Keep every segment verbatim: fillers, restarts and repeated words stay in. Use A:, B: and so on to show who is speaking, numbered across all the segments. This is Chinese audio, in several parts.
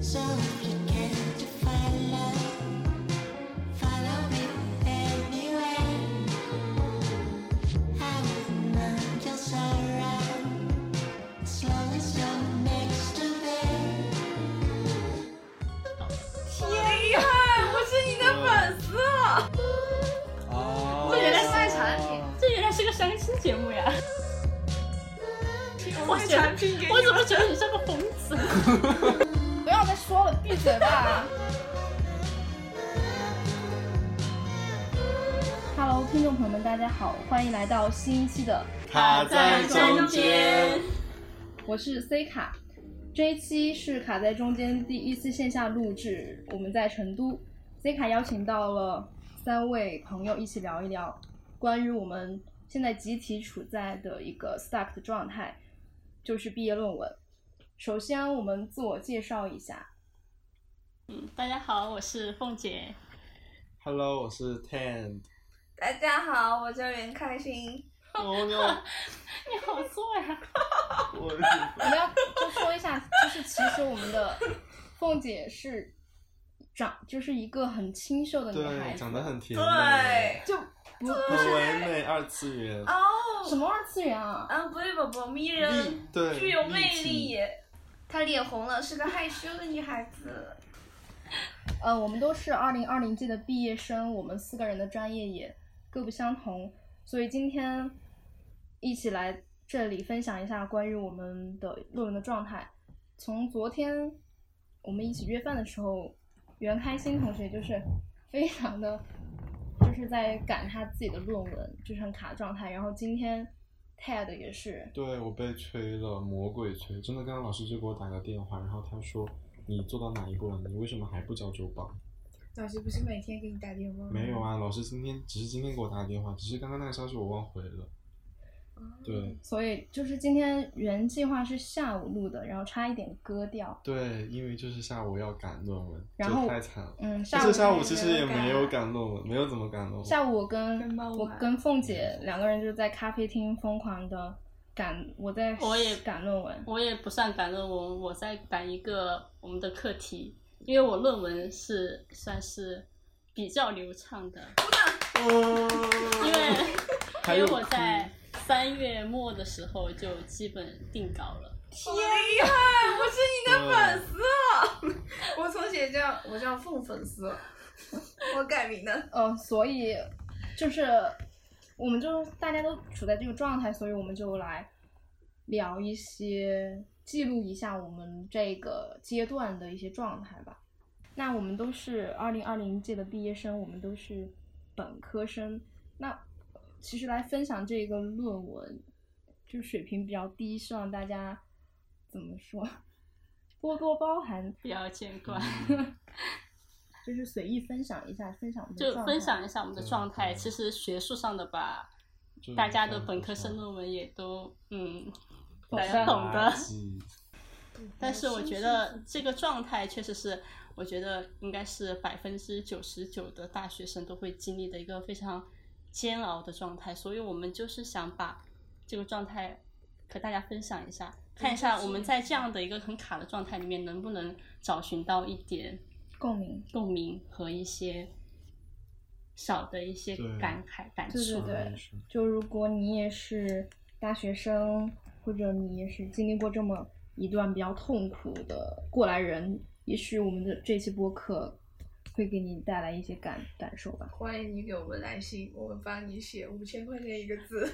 A: 节目呀，我觉得我怎么觉得你像个疯子？
B: 不要再说了，闭嘴吧。Hello， 听众朋友们，大家好，欢迎来到新一期的
C: 卡在中间。
B: 我是 C 卡，这一期是卡在中间第一次线下录制，我们在成都。C 卡邀请到了三位朋友一起聊一聊关于我们现在集体处在的一个 stuck 的状态，就是毕业论文。首先我们自我介绍一下。
A: 嗯，大家好，我是凤姐。
C: Hello， 我是 Tan。
D: 大家好，我叫袁开心。
C: 哦，你好，
A: 你好做呀！
C: 我
B: 我们要就说一下，就是其实我们的凤姐是长就是一个很清秀的女孩子，
C: 对，长得很甜美，
D: 对，
B: 就不不
C: 很
B: 是
C: 唯美，二次元。
D: 哦，
B: 什么二次元啊？
D: 啊，不不不，迷人，
C: 对，
D: 具有魅力。她脸红了，是个害羞的女孩子。
B: 呃，我们都是二零二零届的毕业生，我们四个人的专业也各不相同，所以今天一起来这里分享一下关于我们的论文的状态。从昨天我们一起约饭的时候，袁开心同学就是非常的就是在赶他自己的论文，就是很卡状态。然后今天 Ted 也是，
C: 对，我被催了，魔鬼催，真的。刚刚老师就给我打个电话，然后他说你做到哪一步了？你为什么还不交周报？
D: 老师不是每天给你打电话吗？
C: 没有啊，老师今天只是今天给我打电话，只是刚刚那个消息我忘回了。对，
B: 所以就是今天原计划是下午录的，然后差一点割掉。
C: 对，因为就是下午要赶论文，
B: 然后
C: 就太惨了。
B: 嗯，下午
C: 但是下午其实也没有赶论文，没有怎么赶论文。
B: 下午我跟
D: 跟猫
B: 我跟凤姐两个人就在咖啡厅疯狂的赶，我在
A: 我也
B: 赶论文。
A: 我也不算赶论文，我在赶一个我们的课题，因为我论文是算是比较流畅的，因为因为我在三月末的时候就基本定稿了。
D: 天呀，我是你的粉丝了！我从前叫我叫凤粉丝，我改名的。
B: 呃，所以就是我们就大家都处在这个状态，所以我们就来聊一些，记录一下我们这个阶段的一些状态吧。那我们都是二零二零届的毕业生，我们都是本科生。那其实来分享这个论文，就水平比较低，希望大家怎么说，多多包涵，
A: 不要见怪。
B: 就是随意分享一下，分享我们的
A: 就
B: 状态
A: 分享一下我们的状态。其实学术上的吧，大家的本科生论文也都嗯，大家懂的。但是我觉得这个状态确实是，我觉得应该是百分之九十九的大学生都会经历的一个非常煎熬的状态，所以我们就是想把这个状态和大家分享一下，看一下我们在这样的一个很卡的状态里面能不能找寻到一点
B: 共鸣、
A: 共鸣和一些小的一些感慨、感
B: 对
A: 受。
B: 对对，就如果你也是大学生，或者你也是经历过这么一段比较痛苦的过来人，也许我们的这期播客会给你带来一些感感受吧。
D: 欢迎你给我们来信，我们帮你写五千块钱一个字。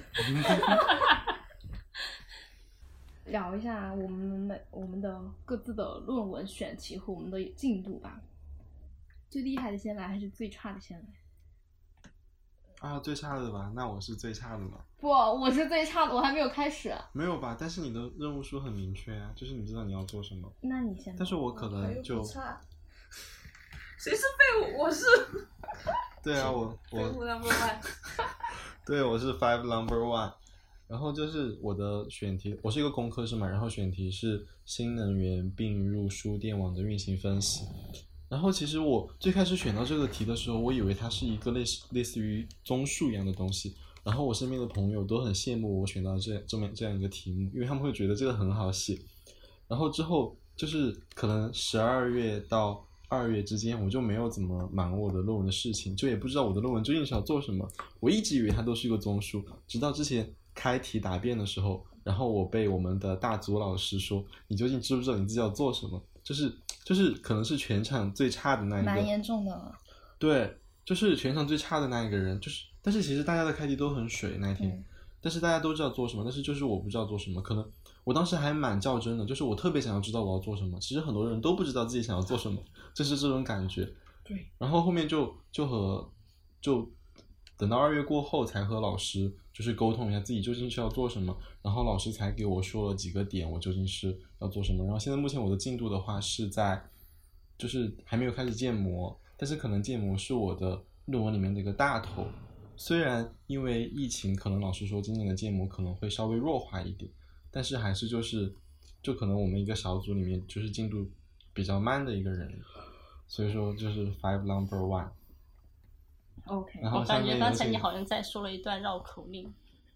B: 聊一下我们每我们的各自的论文选题和我们的进度吧。最厉害的先来还是最差的先来？
C: 啊，最差的吧？那我是最差的嘛？
B: 不，我是最差的，我还没有开始。
C: 没有吧？但是你的任务书很明确啊，就是你知道你要做什么。
B: 那你先。
C: 但是我可能就。
D: 谁是废物？我是。
C: 对啊，我我。
D: 废物 number one。
C: 对，我是 five number one。然后就是我的选题，我是一个工科生嘛，然后选题是新能源并入输电网的运行分析。然后其实我最开始选到这个题的时候，我以为它是一个类似类似于综述一样的东西。然后我身边的朋友都很羡慕我选到这这么这样一个题目，因为他们会觉得这个很好写。然后之后就是可能十二月到二月之间，我就没有怎么忙我的论文的事情，就也不知道我的论文究竟是要做什么。我一直以为它都是一个综述，直到之前开题答辩的时候，然后我被我们的大组老师说，你究竟知不知道你自己要做什么？就是就是可能是全场最差的那一个，
B: 蛮严重的。
C: 对，就是全场最差的那一个人，就是但是其实大家的开题都很水那一天、嗯，但是大家都知道做什么，但是就是我不知道做什么。可能我当时还蛮较真的，就是我特别想要知道我要做什么，其实很多人都不知道自己想要做什么，就是这种感觉。
B: 对，
C: 然后后面就就和就等到二月过后才和老师就是沟通一下自己究竟是要做什么，然后老师才给我说了几个点，我究竟是要做什么。然后现在目前我的进度的话是在就是还没有开始建模，但是可能建模是我的论文里面的一个大头。虽然因为疫情，可能老师说今年的建模可能会稍微弱化一点，但是还是就是就可能我们一个小组里面就是进度比较慢的一个人，所以说就是 five number one。OK，
A: 我感觉刚才你好像在说了一段绕口令，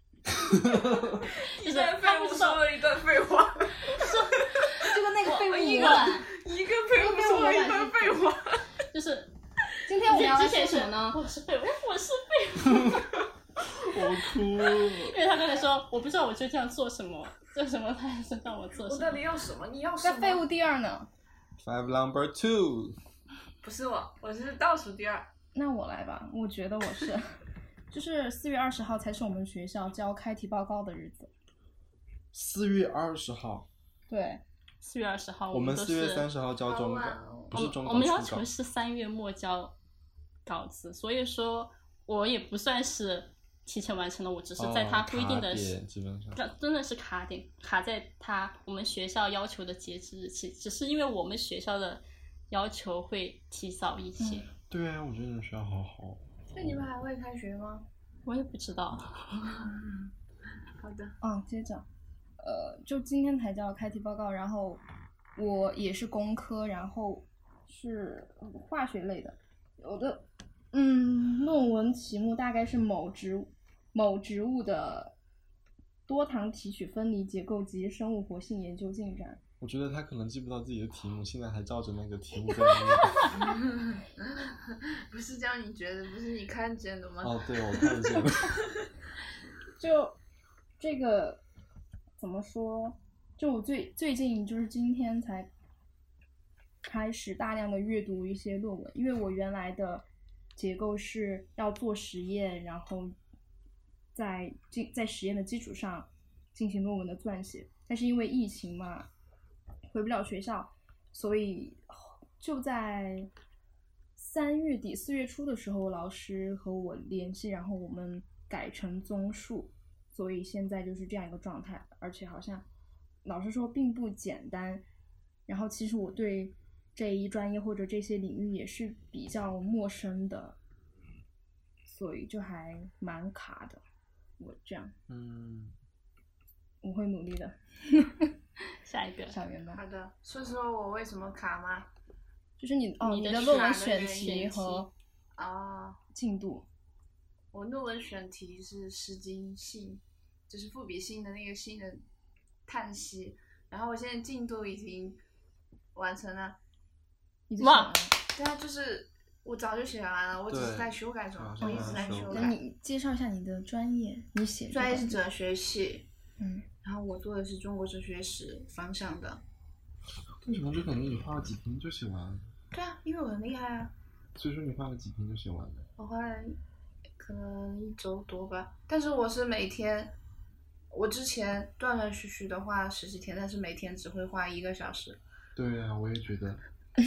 D: 就是他不说了一段废话，
B: 就跟那个废物
D: 一个一个废物说了一段废话，
A: 就是
B: 今天我们要来说什么呢？
A: 我是废物，我是废物。
C: 我哭了，
A: 因为他刚才说我不知道我就这样做什么，做什么他还是让我做什么。
D: 我到底要什么？你要什么？
B: 在废物第二呢
C: ？Five number two。
D: 不是我，我是倒数第二。
B: 那我来吧，我觉得我是，就是四月二十号才是我们学校交开题报告的日子。
C: 四月二十号。
B: 对，
A: 四月二十号。
C: 我们
A: 四
C: 月三十号交中稿，不是中稿。
A: 我们要求是三月末交稿子，所以说我也不算是提前完成了，我只是在他规定的，
C: 哦、基本上
A: 真的是卡点卡在他我们学校要求的截止日期，只是因为我们学校的要求会提早一些。嗯、
C: 对啊，我觉得你们学校好好。
D: 那你们还会开学吗？
A: 我也不知道。
D: 好的。
B: 嗯，接着，呃，就今天才交开题报告，然后我也是工科，然后是化学类的，我的嗯论文题目大概是某植物某植物的多糖提取分离结构及生物活性研究进展。
C: 我觉得他可能记不到自己的题目，现在还照着那个题目在念。
D: 不是这样，你觉得不是你看见的吗？
C: 哦，对，我看见了。
B: 就这个怎么说？就我最最近就是今天才开始大量的阅读一些论文，因为我原来的结构是要做实验，然后在进在实验的基础上进行论文的撰写，但是因为疫情嘛。回不了学校，所以就在三月底四月初的时候，老师和我联系，然后我们改成综述，所以现在就是这样一个状态，而且好像老师说并不简单。然后其实我对这一专业或者这些领域也是比较陌生的，所以就还蛮卡的。我这样，
C: 嗯，
B: 我会努力的。
A: 下一个
B: 小圆吧。
D: 好的，说说我为什么卡吗？
B: 就是你哦，
A: 你
B: 的论文选题和
D: 啊
B: 进度。
D: 我论文选题是《诗经》性，就是赋比兴的那个兴的叹息。然后我现在进度已经完成了。
A: 哇！
D: 对啊，就是我早就写完了，我只是在修改中，我一直在修改。
B: 那你介绍一下你的专业，你写
D: 专业是哲学系。
B: 嗯。
D: 然后我做的是中国哲学史方向的。
C: 为什么就感觉你画了几篇就写完了？
D: 对啊，因为我很厉害啊。
C: 所以说你画了几篇就写完了？
D: 我画了可能一周多吧，但是我是每天，我之前断断续续的画十几天，但是每天只会画一个小时。
C: 对啊，我也觉得。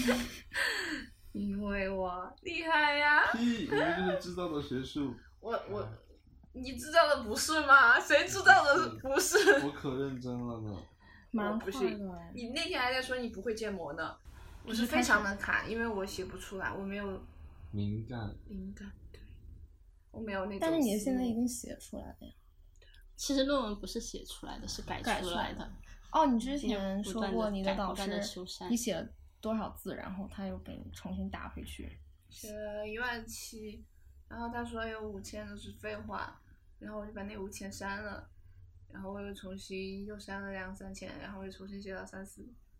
D: 因为我厉害呀！
C: 屁，因为这是制造的学术。
D: 我我。你知道的不是吗？谁知道的不是？
C: 我可认真了呢。
B: 蛮
D: 快的。你那天还在说你不会建模呢，我是非常的卡，因为我写不出来，我没有
C: 灵感。
D: 灵感，对，我没有那种。
B: 但是你现在已经写出来了呀。
A: 其实论文不是写出来的，是改出来的。
B: 哦，你之前说过你的导师，
A: 你
B: 你写了多少字，然后他又给你重新打回去。
D: 写了一万七。然后他说有五千都是废话，然后我就把那五千删了，然后我又重新又删了两三千，然后又重新写到三四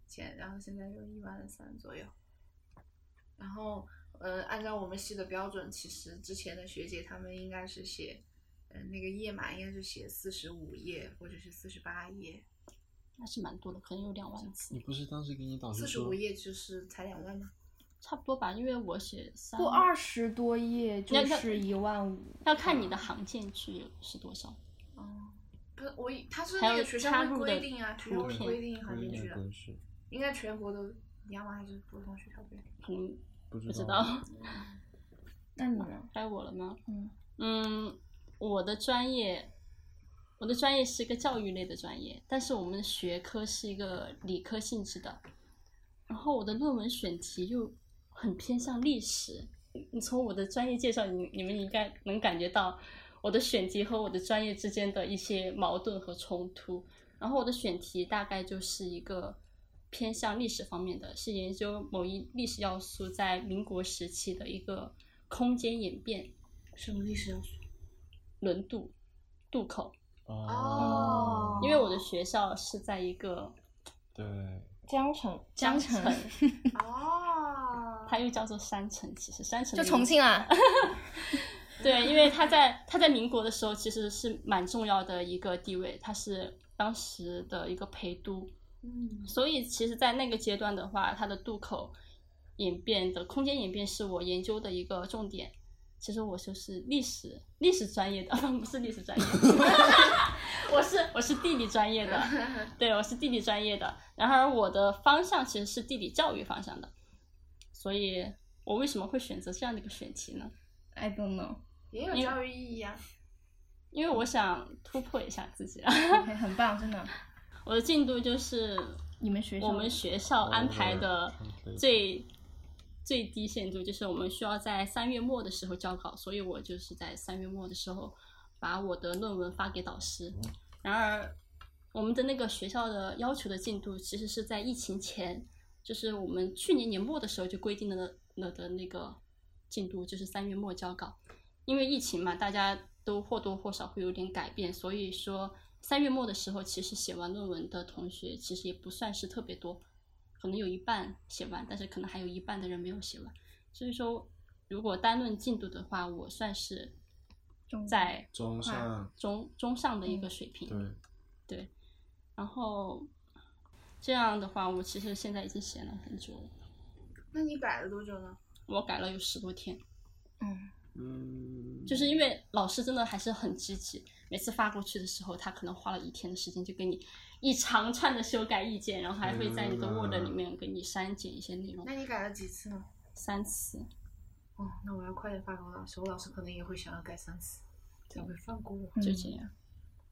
D: 钱，然后现在有一万三左右。然后，呃，按照我们系的标准，其实之前的学姐她们应该是写，嗯、呃，那个页码应该是写四十五页或者是四十八页。
A: 那是蛮多的，可能有两万字。
C: 你不是当时给你导师说
D: 四十五页就是才两万吗？
A: 差不多吧，因为我写三。
B: 不二十多页就是一万五。
A: 要看你的行间距是多少。
D: 哦，不是我，他是那个学校会规定啊，学校会规定行间距的。应该全国都一样吗？还是不同学校规定？
A: 嗯，
C: 不
A: 知道。
B: 那你呢？
A: 该我了吗？
B: 嗯
A: 嗯，我的专业。我的专业是一个教育类的专业，但是我们的学科是一个理科性质的。然后我的论文选题又很偏向历史。你从我的专业介绍，你你们应该能感觉到我的选题和我的专业之间的一些矛盾和冲突。然后我的选题大概就是一个偏向历史方面的，是研究某一历史要素在民国时期的一个空间演变。
D: 什么历史要素？
A: 轮渡，渡口。
D: 哦，
A: 因为我的学校是在一个
C: 对
B: 江城，
A: 江城
D: 哦，
A: 它又叫做山城，其实山城
B: 就重庆啊。
A: 对，因为它在它在民国的时候其实是蛮重要的一个地位，它是当时的一个陪都，
D: 嗯，
A: 所以其实，在那个阶段的话，它的渡口演变的空间演变是我研究的一个重点。其实我就是历史历史专业的，不是历史专业我是我是地理专业的，对，我是地理专业的。然而我的方向其实是地理教育方向的，所以我为什么会选择这样的一个选题呢
B: ？I don't know，
D: 也有教育意义啊。
A: 因为我想突破一下自己啊。
B: okay, 很棒，真的。
A: 我的进度就是
B: 你们学校
A: 我们学校安排的最。最低限度就是我们需要在三月末的时候交稿，所以我就是在三月末的时候把我的论文发给导师。然而我们的那个学校的要求的进度其实是在疫情前，就是我们去年年末的时候就规定了了的那个进度，就是三月末交稿。因为疫情嘛，大家都或多或少会有点改变，所以说三月末的时候其实写完论文的同学其实也不算是特别多，可能有一半写完，但是可能还有一半的人没有写完。所以说如果单论进度的话，我算是在
C: 中上
A: 中中上的一个水平、
C: 嗯、
A: 对对。然后这样的话我其实现在已经写了很久了。
D: 那你改了多久呢？
A: 我改了有十多天。
B: 嗯
C: 嗯，
A: 就是因为老师真的还是很积极，每次发过去的时候他可能花了一天的时间就给你一长串的修改意见，然后还会在你的 Word 里面给你删减一些内容。
D: 那你改了几次呢？
A: 三次。
D: 哦，那我要快点发给我老师，我老师可能也会想要改三次，才会放过我。
A: 就这样。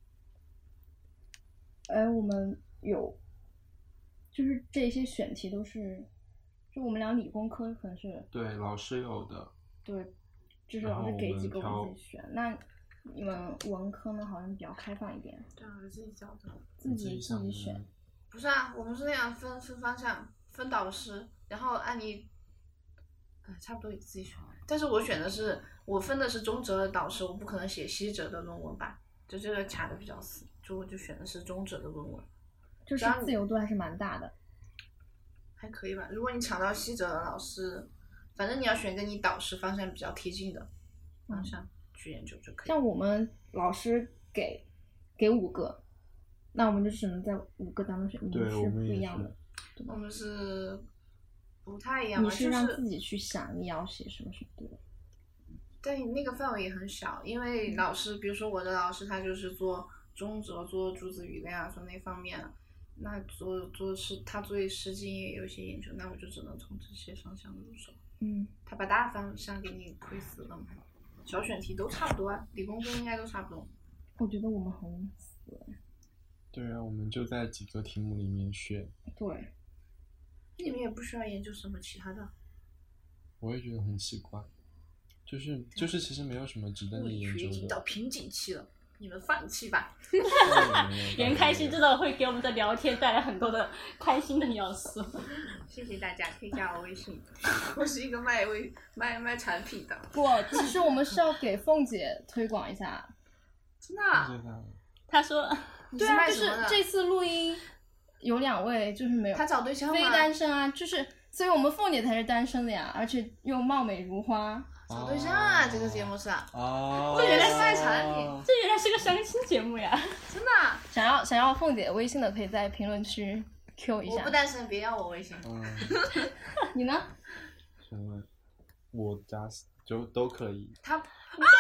B: 哎，我们有，就是这些选题都是，就我们俩理工科可能是。
C: 对，老师有的。
B: 对，就是老师给几个我们自己选。那你们文科呢，好像比较开放一点。
D: 对啊，我自己找的。
B: 自己自己选。
D: 不是啊，我们是那样分分方向，分导师，然后按你，呃，差不多也自己选。但是我选的是，我分的是中哲的导师，我不可能写西哲的论文吧？就这个卡的比较死，就我就选的是中哲的论文。
B: 就是自由度还是蛮大的。
D: 还可以吧，如果你抢到西哲的老师，反正你要选跟你导师方向比较贴近的方向去研究就可以。
B: 像我们老师给给五个，那我们就只能在五个当中选，你们是不一样的。
D: 我们是不太一样，
B: 你是让自己去想你要写什么什么的。
D: 但那个范围也很小，因为老师，比如说我的老师，他就是做中哲、做朱子语量啊，做那方面，那做做是他对诗经也有一些研究，那我就只能从这些方向入手。
B: 嗯，
D: 他把大方向给你窥死了嘛，小选题都差不多啊，理工科应该都差不多。
B: 我觉得我们很死。
C: 对啊，我们就在几个题目里面选。
B: 对。
D: 你们也不需要研究什么其他的。
C: 我也觉得很奇怪，就是就是其实没有什么值得你研究的。
D: 已经到瓶颈期了，你们放弃吧。
A: 袁开心真的会给我们的聊天带来很多的开心的要素。
D: 谢谢大家，可以加我微信。我是一个卖微卖卖产品的。
B: 不，其实我们是要给凤姐推广一下。
D: 真的、啊？
A: 他说，
B: 对啊，就是这次录音， 有两位就是没有，
D: 他找对象吗？
B: 非单身啊，就是所以我们凤姐才是单身的呀，而且又貌美如花。
D: 找对象啊，哦、这个节目是啊。
C: 哦。
D: 这原来是卖产品，
A: 这原来是个相亲节目呀！
D: 真的、啊。
B: 想要想要凤姐微信的，可以在评论区 Q 一下。
D: 我不单身，别要我微信。
C: 嗯。
B: 你呢？
C: 什么？我家就都可以。
D: 他啊！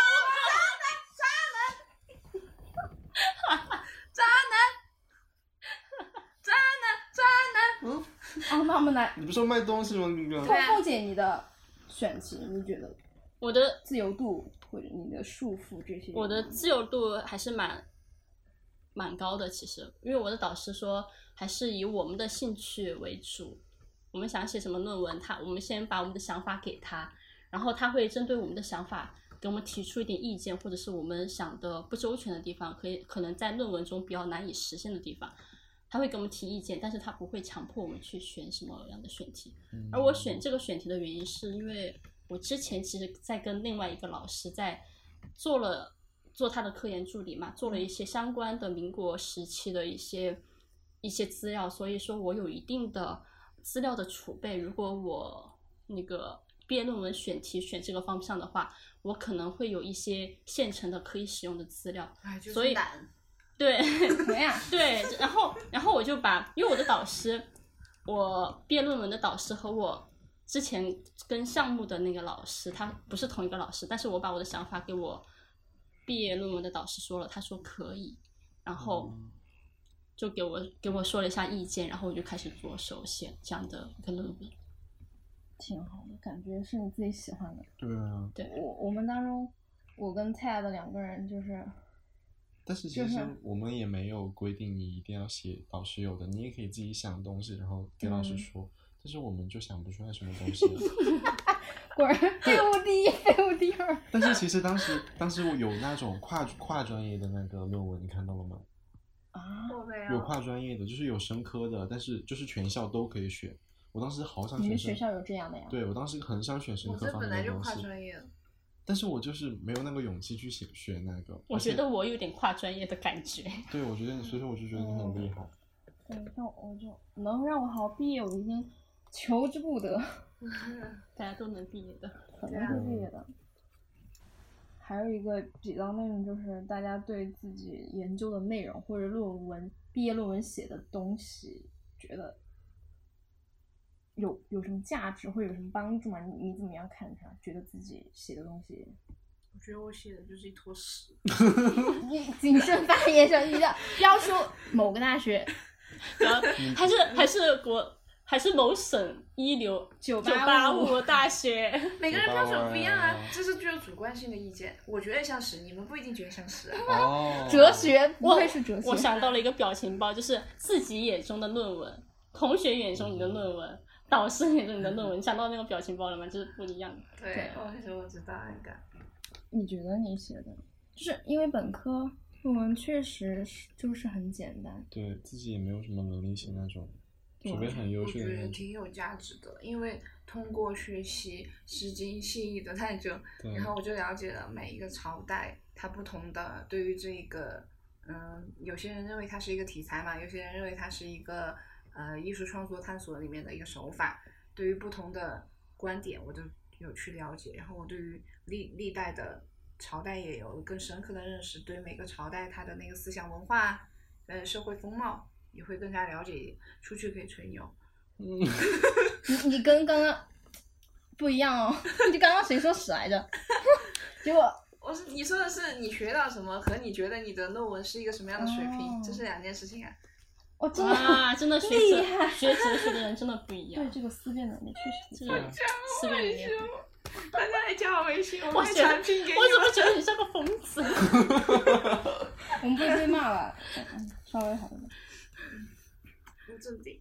D: 渣男！渣男！渣男！渣男！
C: 嗯。
B: 哦，那我们来。
C: 你不是说卖东西吗？哥哥。
B: 凤姐，你的选题，你觉得？
A: 我的
B: 自由度或者你的束缚这些，
A: 我的自由度还是蛮蛮高的。其实，因为我的导师说，还是以我们的兴趣为主。我们想写什么论文，他我们先把我们的想法给他，然后他会针对我们的想法给我们提出一点意见，或者是我们想的不周全的地方，可以可能在论文中比较难以实现的地方，他会给我们提意见，但是他不会强迫我们去选什么样的选题。
C: 嗯、
A: 而我选这个选题的原因，是因为我之前其实在跟另外一个老师在做了做他的科研助理嘛，做了一些相关的民国时期的一些一些资料，所以说我有一定的资料的储备。如果我那个毕业论文选题选这个方向的话，我可能会有一些现成的可以使用的资料。
D: 哎，就是
A: 所以
D: 懒。
A: 对，
B: 怎么样？
A: 对，然后然后我就把，因为我的导师，我毕业论文的导师和我之前跟项目的那个老师，他不是同一个老师，但是我把我的想法给我毕业论文的导师说了，他说可以，然后就给我给我说了一下意见，然后我就开始着手写这样的一个论文。
B: 挺好的，感觉是你自己喜欢的。
C: 对啊。
A: 对。
B: 我我们当中，我跟 Ted 两个人就是。
C: 但是其实我们也没有规定你一定要写导师有的，你也可以自己想东西，然后给老师说。嗯、但是我们就想不出来什么东西。
B: 果然废物第一，废物第二。
C: 但是其实当时当时我有那种跨跨专业的那个论文，你看到了吗？
B: 啊，
C: 有跨专业的，就是有生科的，但是就是全校都可以选。我当时好想选。
B: 你们学校有这样的呀？
C: 对，我当时很想选生科方面的东西。我这本来就
D: 跨专业。
C: 但是我就是没有那个勇气去写学那个。
A: 我觉得我有点跨专业的感觉。
C: 对，我觉得，所以说我就觉得你很厉害。
B: 对，那我就能让我好好毕业，我已经求之不得。
A: 大家都能毕业的，
B: 肯定会毕业的。还有一个比较内容就是大家对自己研究的内容或者论文、毕业论文写的东西，觉得有有什么价值或者有什么帮助吗？你你怎么样看它？觉得自己写的东西？
D: 我觉得我写的就是一坨屎。
B: 你谨慎发言，小心的，不要说某个大学，
A: 还是还是国还是某省一流九八五大学。
D: 每个人标准不一样啊，这是具有主观性的意见。我觉得像屎，你们不一定觉得像屎啊。
C: 哦。
B: 哲学，不会是哲学。
A: 我想到了一个表情包，就是自己眼中的论文，同学眼中你的论文。导师眼中你的论文，想到那个表情包了吗？就是不一样的。
D: 对，我说我知道那个。
B: 你觉得你写的，就是因为本科论文确实是就是很简单，
C: 对自己也没有什么能力写那种，除非很优秀的那种。
D: 我觉得挺有价值的，因为通过学习时经细易的那种，然后我就了解了每一个朝代它不同的对于这个，嗯，有些人认为它是一个题材嘛，有些人认为它是一个。呃，艺术创作探索里面的一个手法，对于不同的观点，我都有去了解。然后我对于历历代的朝代也有更深刻的认识，对每个朝代它的那个思想文化、呃社会风貌也会更加了解一点。出去可以吹牛。
C: 嗯。
B: 你你跟刚刚不一样哦，你刚刚谁说屎来着？结果
D: 我是你说的是你学到什么和你觉得你的论文是一个什么样的水平，
B: 哦、
D: 这是两件事情啊。
B: 我、哦、真的
A: 啊，真的学哲学哲学的人真的不一样。
B: 对，这个思辨能力确实
A: 不一样。思辨能力。
D: 大家来加我微信，我
A: 卖产品给你。我怎么觉得你像个疯子？
B: 我们不被骂了，稍微好一点。
D: 不正经。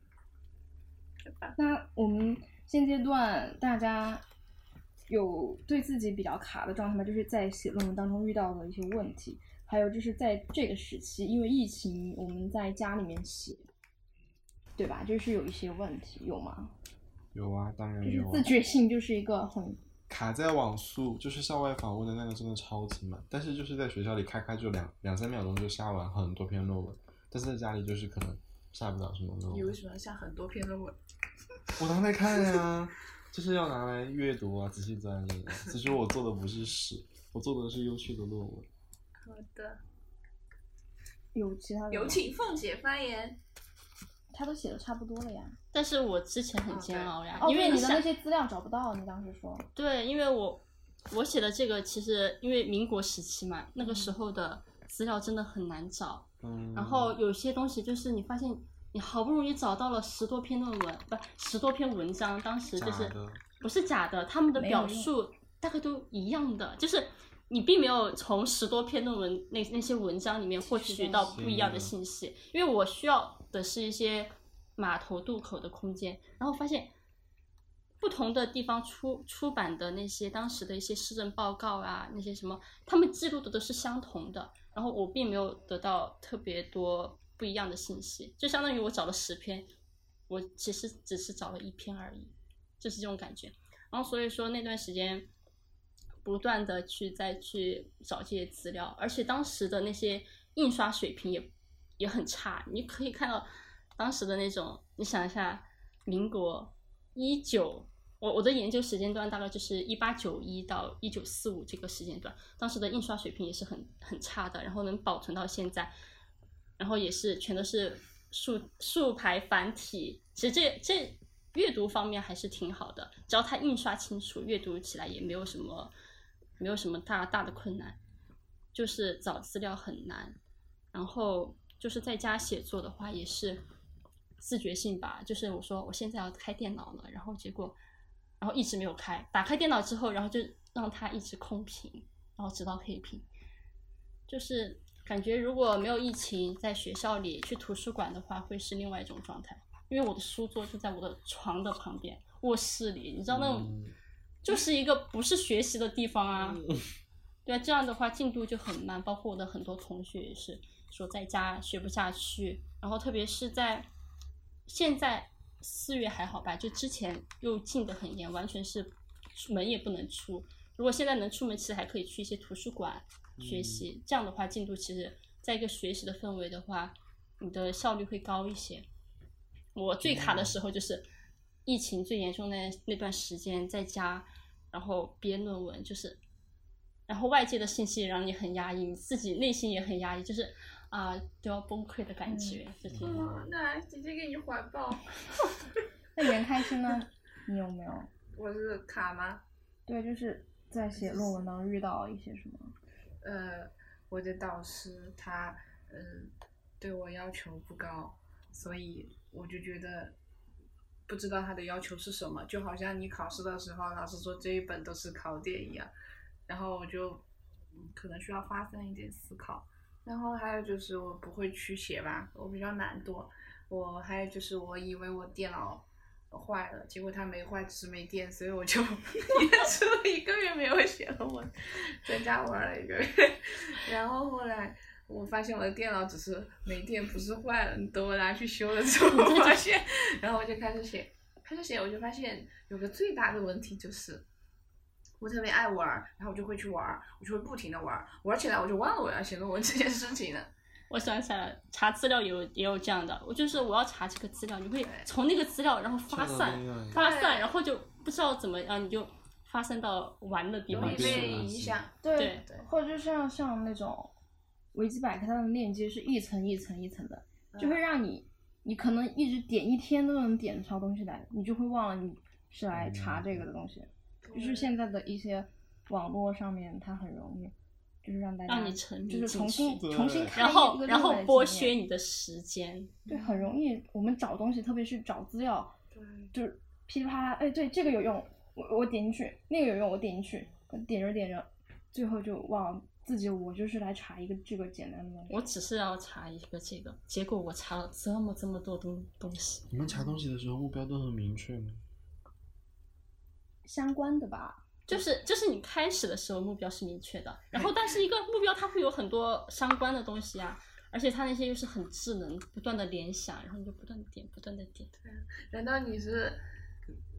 B: 那我们现阶段大家有对自己比较卡的状态吗？就是在写论文当中遇到的一些问题。还有就是在这个时期，因为疫情，我们在家里面写，对吧？就是有一些问题，有吗？
C: 有啊，当然有、啊。
B: 就是自觉性就是一个很
C: 卡在网速，就是校外访问的那个真的超级慢，但是就是在学校里开开就两两三秒钟就下完很多篇论文，但是在家里就是可能下不了什么论文。
D: 你为什么要下很多篇论文？
C: 我拿来看呀，就是要拿来阅读啊，仔细钻研啊。其实我做的不是屎，我做的是优秀的论文。
D: 好的。
B: 有其他的？
D: 有请凤姐发言。
B: 他都写的差不多了呀。
A: 但是我之前很煎熬呀，
B: 哦、
A: 因为
B: 你的那些资料找不到，你当时说。
A: 对，因为我我写的这个其实因为民国时期嘛，那个时候的资料真的很难找。
C: 嗯。
A: 然后有些东西就是你发现你好不容易找到了十多篇论文，不十多篇文章，当时就是不是假的，他们的表述大概都一样的，就是你并没有从十多篇论文那那些文章里面获取到不一样的信息，因为我需要的是一些码头渡口的空间，然后发现不同的地方出出版的那些当时的一些市政报告啊，那些什么，他们记录的都是相同的，然后我并没有得到特别多不一样的信息，就相当于我找了十篇，我其实只是找了一篇而已，就是这种感觉。然后所以说那段时间不断的去再去找这些资料，而且当时的那些印刷水平也也很差，你可以看到当时的那种，你想一下，民国一九，我我的研究时间段大概就是一八九一到一九四五这个时间段，当时的印刷水平也是很很差的，然后能保存到现在，然后也是全都是竖竖排繁体，其实这这阅读方面还是挺好的，只要它印刷清楚，阅读起来也没有什么没有什么大大的困难，就是找资料很难，然后就是在家写作的话也是自觉性吧，就是我说我现在要开电脑了，然后结果然后一直没有开，打开电脑之后然后就让它一直空屏，然后直到黑屏，就是感觉如果没有疫情，在学校里去图书馆的话会是另外一种状态，因为我的书桌就在我的床的旁边，卧室里，你知道那种、嗯、就是一个不是学习的地方啊、嗯、对啊，这样的话进度就很慢，包括我的很多同学也是说在家学不下去，然后特别是在现在四月还好吧，就之前又禁得很严，完全是门也不能出，如果现在能出门，其实还可以去一些图书馆学习、嗯、这样的话进度其实在一个学习的氛围的话，你的效率会高一些。我最卡的时候就是疫情最严重的那段时间，在家然后编论文，就是然后外界的信息让你很压抑，你自己内心也很压抑，就是啊、呃、都要崩溃的感觉、嗯、就是
D: 嗯，那姐姐给你怀抱
B: 那袁开心呢？你有没有？
D: 我是卡吗？
B: 对，就是在写论文当中遇到一些什么？
D: 呃，我的导师他嗯、呃、对我要求不高，所以我就觉得不知道他的要求是什么，就好像你考试的时候老师说这一本都是考点一样，然后我就、嗯、可能需要发散一点思考。然后还有就是我不会去写吧，我比较懒惰。我还有就是我以为我电脑坏了，结果它没坏，只是没电，所以我就延迟了一个月没有写论文，在家玩了一个月。然后后来我发现我的电脑只是没电，不是坏了。等我拿去修了之后，我发现，然后我就开始写，开始写，我就发现有个最大的问题就是，我特别爱玩，然后我就会去玩，我就会不停的玩，玩起来我就忘了我要写论文这件事情了。
A: 我想起来了，查资料也有也有这样的，我就是我要查这个资料，你会从那个资料然后发散发散，然后就不知道怎么样，你就发散到玩的地方去，
D: 容易被影响。
B: 对对对，或者就像像那种维基百科它的链接是一层一层一层的，就会让你你可能一直点一天都能点出东西来，你就会忘了你是来查这个的东西。就是现在的一些网络上面它很容易。就是让大家
A: 让你沉迷
B: 就是重新重新开
A: 然后然后剥削你的时间，
B: 对，很容易。我们找东西，特别是找资料，
D: 对，
B: 就是噼里啪啦，哎，对，这个有用，我我点进去；那个有用，我点进去，点着点着，最后就忘了自己，我就是来查一个这个简单的东西。
A: 我只是要查一个这个，结果我查了这么这么多东东西。
C: 你们查东西的时候目标都很明确吗？
B: 相关的吧。
A: 就是就是你开始的时候目标是明确的，然后但是一个目标它会有很多相关的东西啊，而且它那些又是很智能，不断的联想，然后你就不断的点，不断的点。
D: 对，难道你是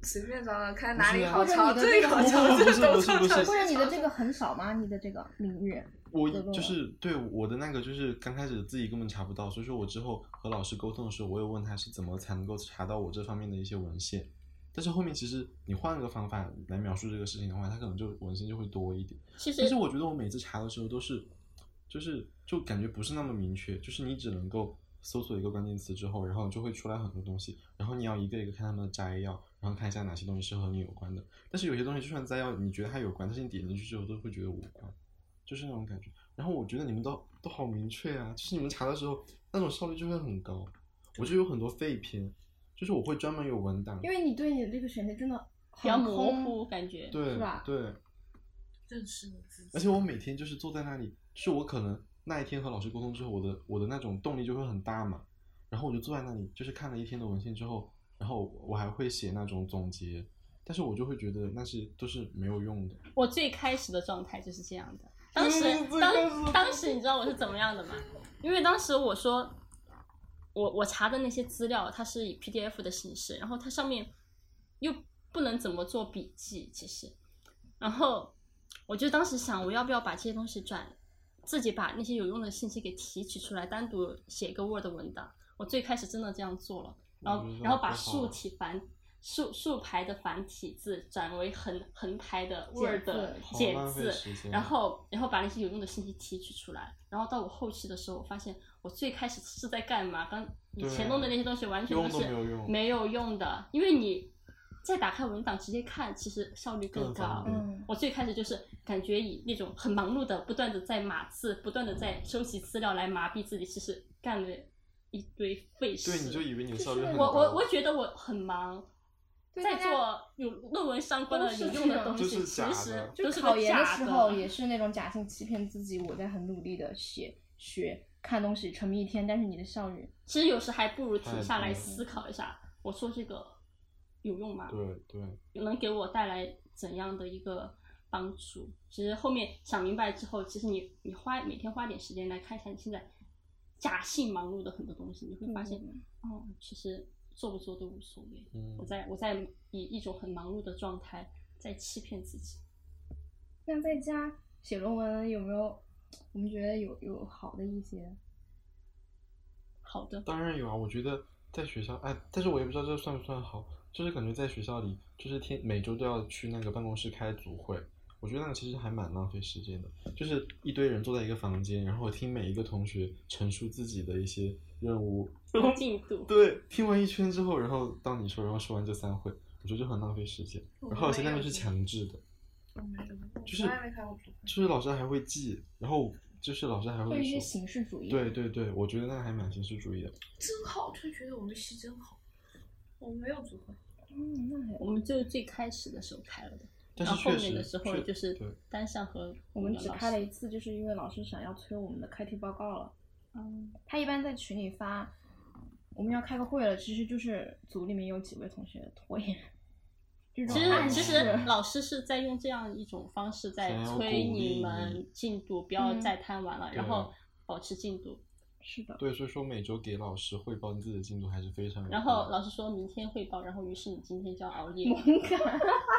D: 随便找找看哪里好
B: 或者
D: 抄，
B: 你的这个
D: 好抄，
C: 不是
D: 这种
C: 不是不是
B: 或者你的这个很少吗？你的这个领域？
C: 我就是对我的那个，就是刚开始自己根本查不到，所以说我之后和老师沟通的时候，我有问他是怎么才能够查到我这方面的一些文献。但是后面其实你换个方法来描述这个事情的话，它可能就文献就会多一点。
A: 其实，
C: 但是我觉得我每次查的时候都是，就是就感觉不是那么明确，就是你只能够搜索一个关键词之后，然后就会出来很多东西，然后你要一个一个看他们的摘要，然后看一下哪些东西是和你有关的。但是有些东西就算摘要你觉得它有关，但是你点进去之后都会觉得无关。就是那种感觉，然后我觉得你们都都好明确啊，就是你们查的时候那种效率就会很高。我就有很多废篇，就是我会专门有文档，
B: 因为你对你的这个选题真的
A: 比较模糊，感觉
C: 对
B: 是吧？
C: 对，
D: 认识你自己。
C: 而且我每天就是坐在那里，就是我可能那一天和老师沟通之后，我的我的那种动力就会很大嘛，然后我就坐在那里，就是看了一天的文献之后，然后我还会写那种总结，但是我就会觉得那些都是没有用的。
A: 我最开始的状态就是这样的。当时，当当时你知道我是怎么样的吗？因为当时我说，我我查的那些资料，它是以 P D F 的形式，然后它上面又不能怎么做笔记，其实，然后我就当时想，我要不要把这些东西转，自己把那些有用的信息给提取出来，单独写一个 Word 文档。我最开始真的这样做了，然后然后把竖体繁。竖竖排的繁体字转为横横排的 Word 简字，然后然后把那些有用的信息提取出来，然后到我后期的时候，我发现我最开始是在干嘛？刚以前弄的那些东西完全都是没有用的，因为你再打开文档直接看，其实效率更高。
B: 嗯，
A: 我最开始就是感觉以那种很忙碌的，不断的在码字，不断的在收集资料来麻痹自己，其实干了一堆废事。
C: 对，你就以为你的效率很高。
A: 我我我觉得我很忙。在做有论文相关的有用的东西，其实
B: 就考研的时候也是那种假性欺骗自己，我在很努力的写学看东西，沉迷一天，但是你的效率，
A: 其实有时还不如停下来思考一下，我说这个有用吗？
C: 对对，
A: 能给我带来怎样的一个帮助？其实后面想明白之后，其实你你花每天花点时间来看一下你现在假性忙碌的很多东西，你会发现，嗯、哦，其实。做不做都无所谓，嗯、我在我在以一种很忙碌的状态在欺骗自己。
B: 那在家写论文有没有？我们觉得有有好的一些。
A: 好的。
C: 当然有啊，我觉得在学校，哎，但是我也不知道这算不算好，就是感觉在学校里，就是天每周都要去那个办公室开组会，我觉得那个其实还蛮浪费时间的，就是一堆人坐在一个房间，然后听每一个同学陈述自己的一些任务
A: 进度，
C: 对，听完一圈之后，然后到你说，然后说完就散会，我觉得就很浪费时间。然后而且那边是强制的，就是就是老师还会记，然后就是老师还会
B: 说一些形式主义。
C: 对对对，我觉得那个还蛮形式主义的。
D: 真好，就觉得我们系真好，我们没有组会。
B: 嗯，那还
A: 我们就是最开始的时候开了的。
C: 但是
A: 然后后面的时候就是单向和
B: 我们只开了一次，就是因为老师想要催我们的开题报告了。嗯，他一般在群里发我们要开个会了，其实就是组里面有几位同学拖延。
A: 其实其实老师是在用这样一种方式在催你们进度，不要再贪玩了，嗯、然后保持进度。
B: 是的，
C: 对，所以说每周给老师汇报自己的进度还是非常。
A: 然后老师说明天汇报，然后于是你今天就要熬夜。
B: 猛感，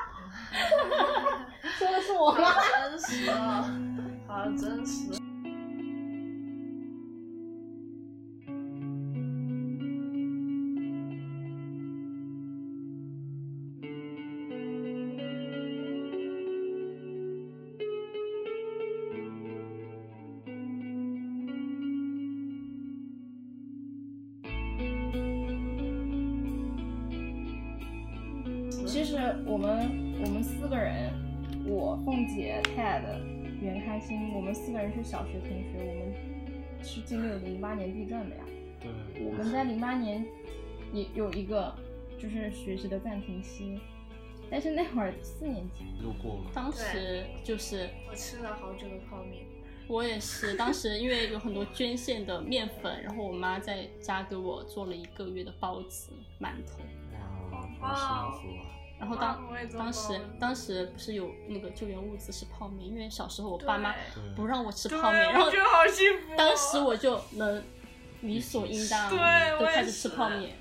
B: 说的是我吗？
D: 好真实啊，好真实。
B: 其实我们我们四个人，我凤姐、Ted、袁开心，我们四个人是小学同学，我们是经历了零八年地震的呀。
C: 对。
B: 我们在零八年也有一个就是学习的暂停期，但是那会儿四年级
C: 又过了。
A: 当时就是
D: 我吃了好久的泡面。
A: 我也是，当时因为有很多捐献的面粉，然后我妈在家给我做了一个月的包子、馒头。
C: 哇，好幸福啊！
A: 然后当当时当时不是有那个救援物资是泡面，因为小时候我爸妈不让我吃泡面，然后
D: 好幸福、哦、
A: 当时我就能理所应当就开始吃泡面。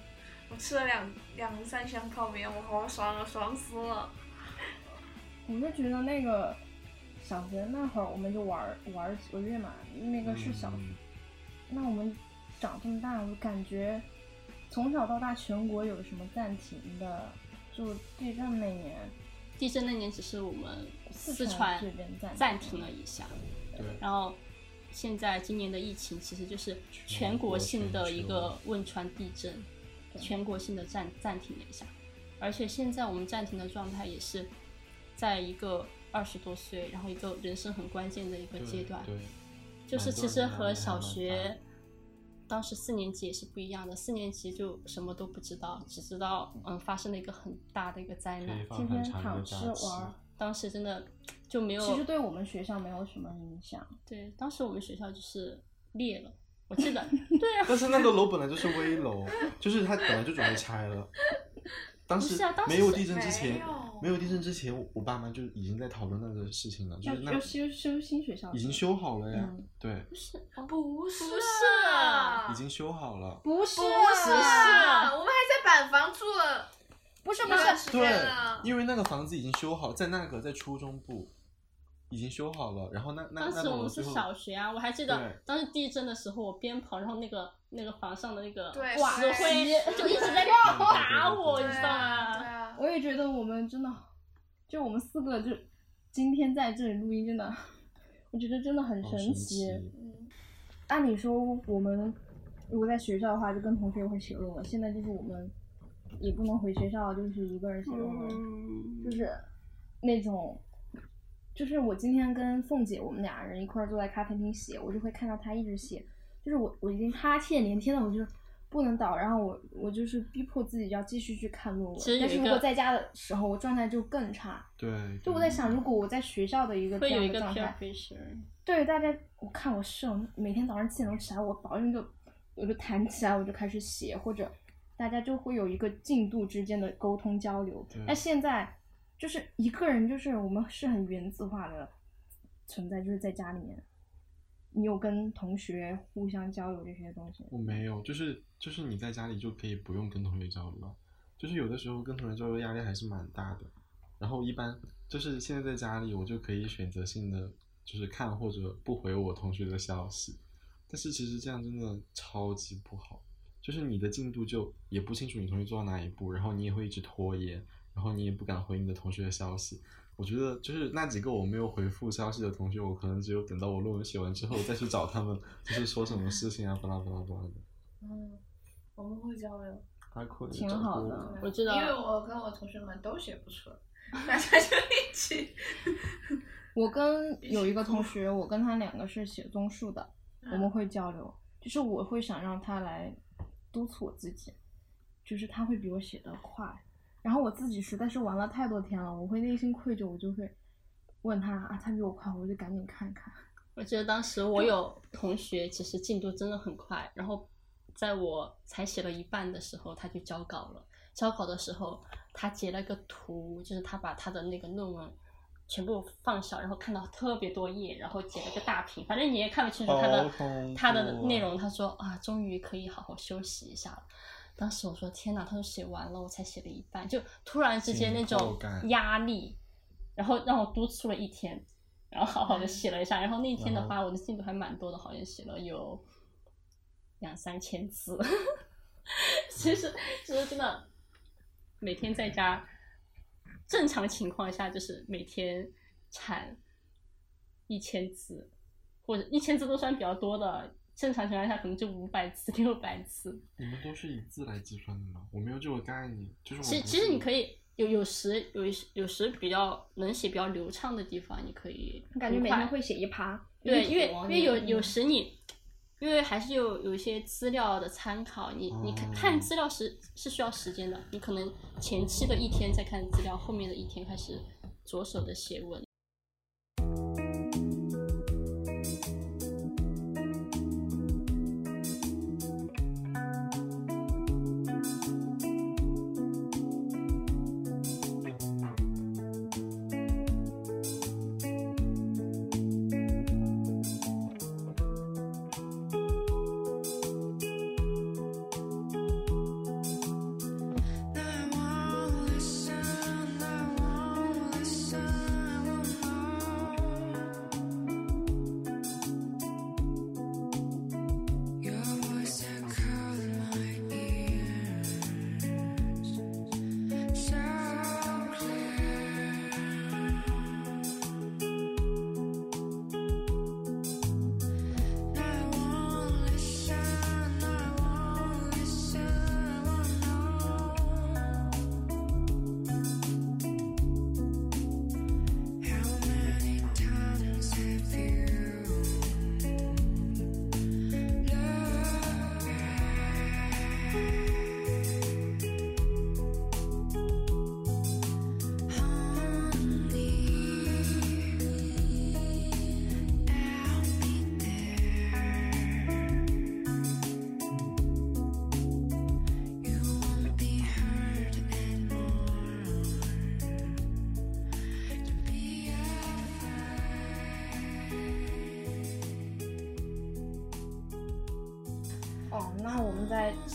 D: 我吃了两两三箱泡面，我好爽啊，爽死了。
B: 我就觉得那个小学那会儿我们就玩玩几个月嘛，那个是小学，嗯、那我们长这么大，我感觉从小到大全国有什么暂停的，就地震那年，
A: 地震那年只是我们四川
B: 这边
A: 暂停了一下，
C: 对，
A: 然后现在今年的疫情其实就是全国性的一个汶川地震，全国性的暂暂停了一下，而且现在我们暂停的状态也是在一个二十多岁，然后一个人生很关键的一个阶段，
C: 对，对
A: 就是其实和小学当时四年级也是不一样的，四年级就什么都不知道，只知道嗯发生了一个很大的一个灾难，
B: 天天躺吃玩，
A: 当时真的就没有，
B: 其实对我们学校没有什么影响。
A: 对，当时我们学校就是裂了，我记得，对啊。
C: 但是那个楼本来就是危楼，就是它本来就准备拆了。当时没有地震之前，没有, 没有地震之前，我爸妈就已经在讨论那个事情了，就是那
B: 要修修新学校，
C: 已经修好了呀。嗯、对，
A: 不是，
D: 哦、不是，
A: 不是啊，
C: 已经修好了，
B: 不是，
D: 不是啊，我们还在板房住了，
B: 不是不是，
C: 对，因为那个房子已经修好，在那个在初中部。已经修好了，然后那那
A: 当时我们是小学啊，我还记得当时地震的时候，我边跑，然后那个那个房上的那个石灰就一直在打我，你知道吗？
D: 对啊，
B: 我也觉得我们真的，就我们四个就今天在这里录音，真的，我觉得真的很神奇。
C: 嗯，
B: 按理说我们如果在学校的话，就跟同学会写论文，现在就是我们也不能回学校，就是一个人写论文，
A: 嗯、
B: 就是那种。就是我今天跟凤姐，我们俩人一块坐在咖啡厅写，我就会看到她一直写，就是我我已经哈欠连天了，我就不能倒，然后我我就是逼迫自己要继续去看论文。但是如果在家的时候，我状态就更差。
C: 对。
B: 就我在想，如果我在学校的一个这样的状态，对大家，我看我室友每天早上七点钟起来，我保证就我就弹起来，我就开始写，或者大家就会有一个进度之间的沟通交流。那现在。就是一个人，就是我们是很原子化的存在，就是在家里面，你有跟同学互相交流这些东西？
C: 我没有，就是就是你在家里就可以不用跟同学交流，就是有的时候跟同学交流压力还是蛮大的。然后一般就是现在在家里，我就可以选择性的就是看或者不回我同学的消息，但是其实这样真的超级不好，就是你的进度就也不清楚你同学做到哪一步，然后你也会一直拖延。然后你也不敢回你的同学的消息，我觉得就是那几个我没有回复消息的同学，我可能只有等到我论文写完之后再去找他们，就是说什么事情啊，巴拉巴拉巴拉的。
D: 嗯，我们会交流，
C: 还可以，
B: 挺好的。
A: 我知道，
D: 因为我跟我同学们都写不出来，大家就一起。
B: 我跟有一个同学，我跟他两个是写综述的，我们会交流，就是我会想让他来督促我自己，就是他会比我写得快。然后我自己实在是玩了太多天了，我会内心愧疚，我就会问他啊，他比我快，我就赶紧看看。
A: 我记得当时我有同学，其实进度真的很快，然后在我才写了一半的时候，他就交稿了。交稿的时候，他截了个图，就是他把他的那个论文全部放小，然后看到特别多页，然后截了个大屏，反正你也看不清楚他的他的内容。他说啊，终于可以好好休息一下了。当时我说天哪，他都写完了，我才写了一半，就突然之间那种压力，然后让我督促了一天，然后好好的写了一下，然后那天的话，我的进度还蛮多的，好像写了有两三千字。其实其实真的每天在家，正常情况下就是每天产一千字，或者一千字都算比较多的。正常情况下可能就五百字、六百字。
C: 你们都是以字来计算的吗？我没有这个概念，就是我
A: 其实其实你可以有有时有有时比较能写比较流畅的地方，你可以
B: 感觉每天会写一趴。
A: 对，因为因为有有时你，因为还是有有一些资料的参考，你你看看资料时是需要时间的，你可能前期的一天在看资料，后面的一天开始着手的写文。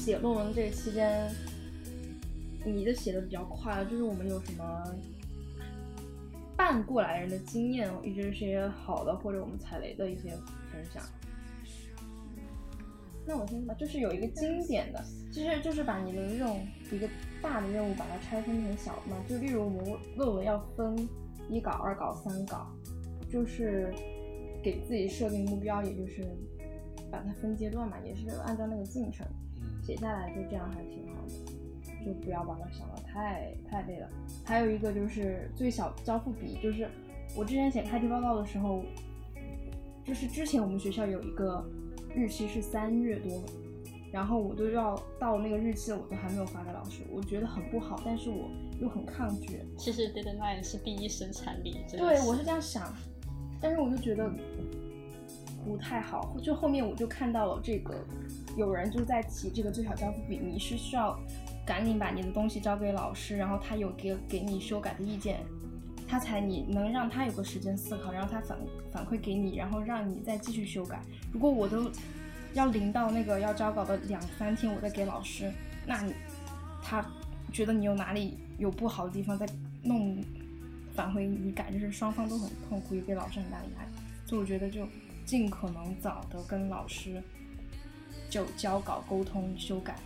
B: 写论文这个期间，你的写的比较快，就是我们有什么半过来人的经验，也就是一些好的或者我们踩雷的一些分享。那我先说吧，就是有一个经典的，其实就是把你的任务一个大的任务把它拆分成小的嘛，就例如我们论文要分一稿、二稿、三稿，就是给自己设定目标，也就是把它分阶段嘛，也是按照那个进程写下来，就这样还挺好的，就不要把它想得太太累了。还有一个就是最小交付比，就是我之前写开题报告的时候，就是之前我们学校有一个日期是三月多，然后我都要到那个日期了，我都还没有发给老师，我觉得很不好，但是我又很抗拒。
A: 其实 deadline 是第一生产力，真
B: 的对，我是这样想，但是我就觉得不太好。就后面我就看到了这个，有人就在提这个最小交付比，你是需要赶紧把你的东西交给老师，然后他有给给你修改的意见，他才你能让他有个时间思考，然后他反反馈给你，然后让你再继续修改。如果我都要临到那个要交稿的两三天，我再给老师，那你他觉得你有哪里有不好的地方，再弄返回你改，就是双方都很痛苦，也给老师很大的压力。所以我觉得就尽可能早的跟老师就交稿、沟通、修改。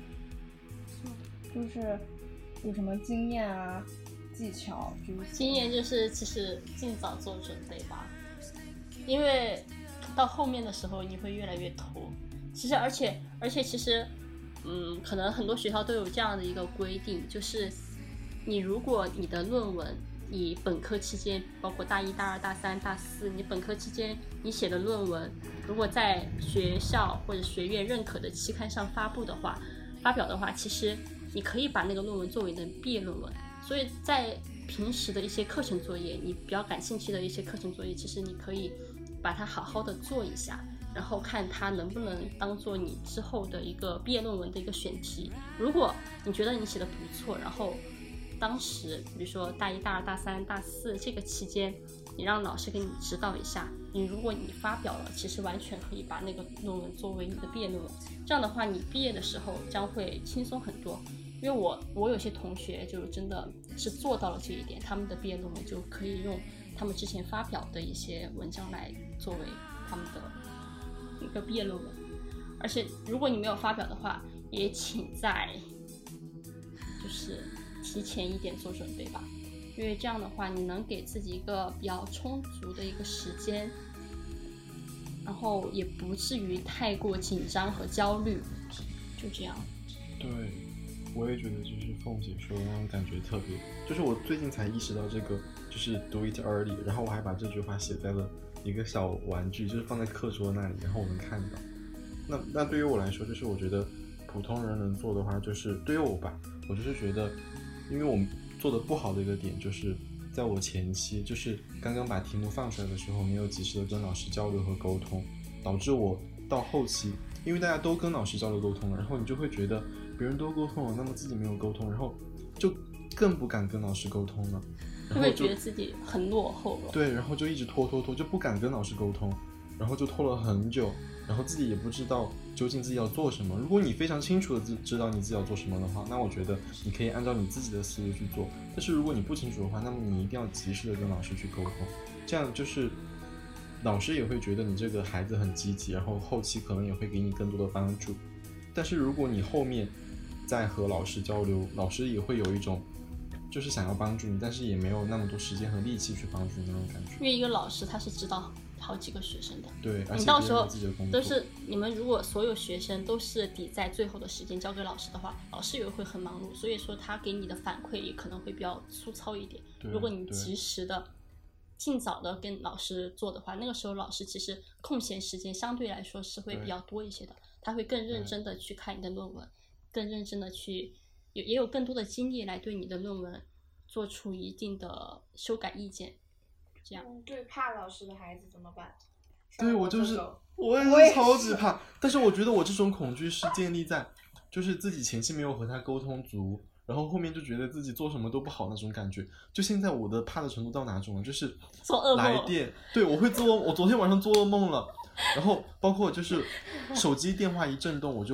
B: 就是有什么经验啊、技巧？就是
A: 经验就是其实尽早做准备吧，因为到后面的时候你会越来越拖。其实而且而且其实嗯，可能很多学校都有这样的一个规定，就是你如果你的论文你本科期间，包括大一、大二、大三、大四，你本科期间你写的论文，如果在学校或者学院认可的期刊上发布的话，发表的话，其实你可以把那个论文作为你的毕业论文。所以在平时的一些课程作业，你比较感兴趣的一些课程作业，其实你可以把它好好的做一下，然后看它能不能当做你之后的一个毕业论文的一个选题。如果你觉得你写的不错，然后当时比如说大一、大二、大三、大四这个期间，你让老师给你指导一下，你如果你发表了，其实完全可以把那个论文作为你的毕业论文。这样的话，你毕业的时候将会轻松很多。因为我我有些同学就真的是做到了这一点，他们的毕业论文就可以用他们之前发表的一些文章来作为他们的一个毕业论文。而且如果你没有发表的话，也请在就是提前一点做准备吧，因为这样的话你能给自己一个比较充足的一个时间，然后也不至于太过紧张和焦虑，就这样。
C: 对，我也觉得就是凤姐说的那种感觉特别，就是我最近才意识到这个，就是 do it early， 然后我还把这句话写在了一个小玩具，就是放在课桌那里，然后我能看到。那那对于我来说，就是我觉得普通人能做的话，就是对于我吧，我就是觉得，因为我们做的不好的一个点，就是在我前期，就是刚刚把题目放出来的时候，没有及时的跟老师交流和沟通，导致我到后期，因为大家都跟老师交流沟通了，然后你就会觉得别人都沟通了，那么自己没有沟通，然后就更不敢跟老师沟通了，然后就
A: 会觉得自己很落后了。
C: 对，然后就一直拖拖拖，就不敢跟老师沟通，然后就拖了很久，然后自己也不知道究竟自己要做什么。如果你非常清楚的知道你自己要做什么的话，那我觉得你可以按照你自己的思路去做。但是如果你不清楚的话，那么你一定要及时的跟老师去沟通，这样就是老师也会觉得你这个孩子很积极，然后后期可能也会给你更多的帮助。但是如果你后面再和老师交流，老师也会有一种就是想要帮助你，但是也没有那么多时间和力气去帮助你那种感觉。
A: 因为一个老师他是知道好几个学生的，
C: 对，而且
A: 你到时候都
C: 是
A: 你们如果所有学生都是抵在最后的时间交给老师的话，老师也会很忙碌，所以说他给你的反馈也可能会比较粗糙一点。如果你及时的尽早的跟老师做的话，那个时候老师其实空闲时间相对来说是会比较多一些的，他会更认真的去看你的论文，更认真的去有也有更多的精力来对你的论文做出一定的修改意见。这样、
D: 嗯、对怕老师的孩子怎么办？
C: 对，我就是我也是超级怕，但是我觉得我这种恐惧是建立在就是自己前期没有和他沟通足，然后后面就觉得自己做什么都不好那种感觉。就现在我的怕的程度到哪种了，就是
A: 做噩梦
C: 来电，对，我会做，我昨天晚上做噩梦了，然后包括就是手机电话一震动，我就会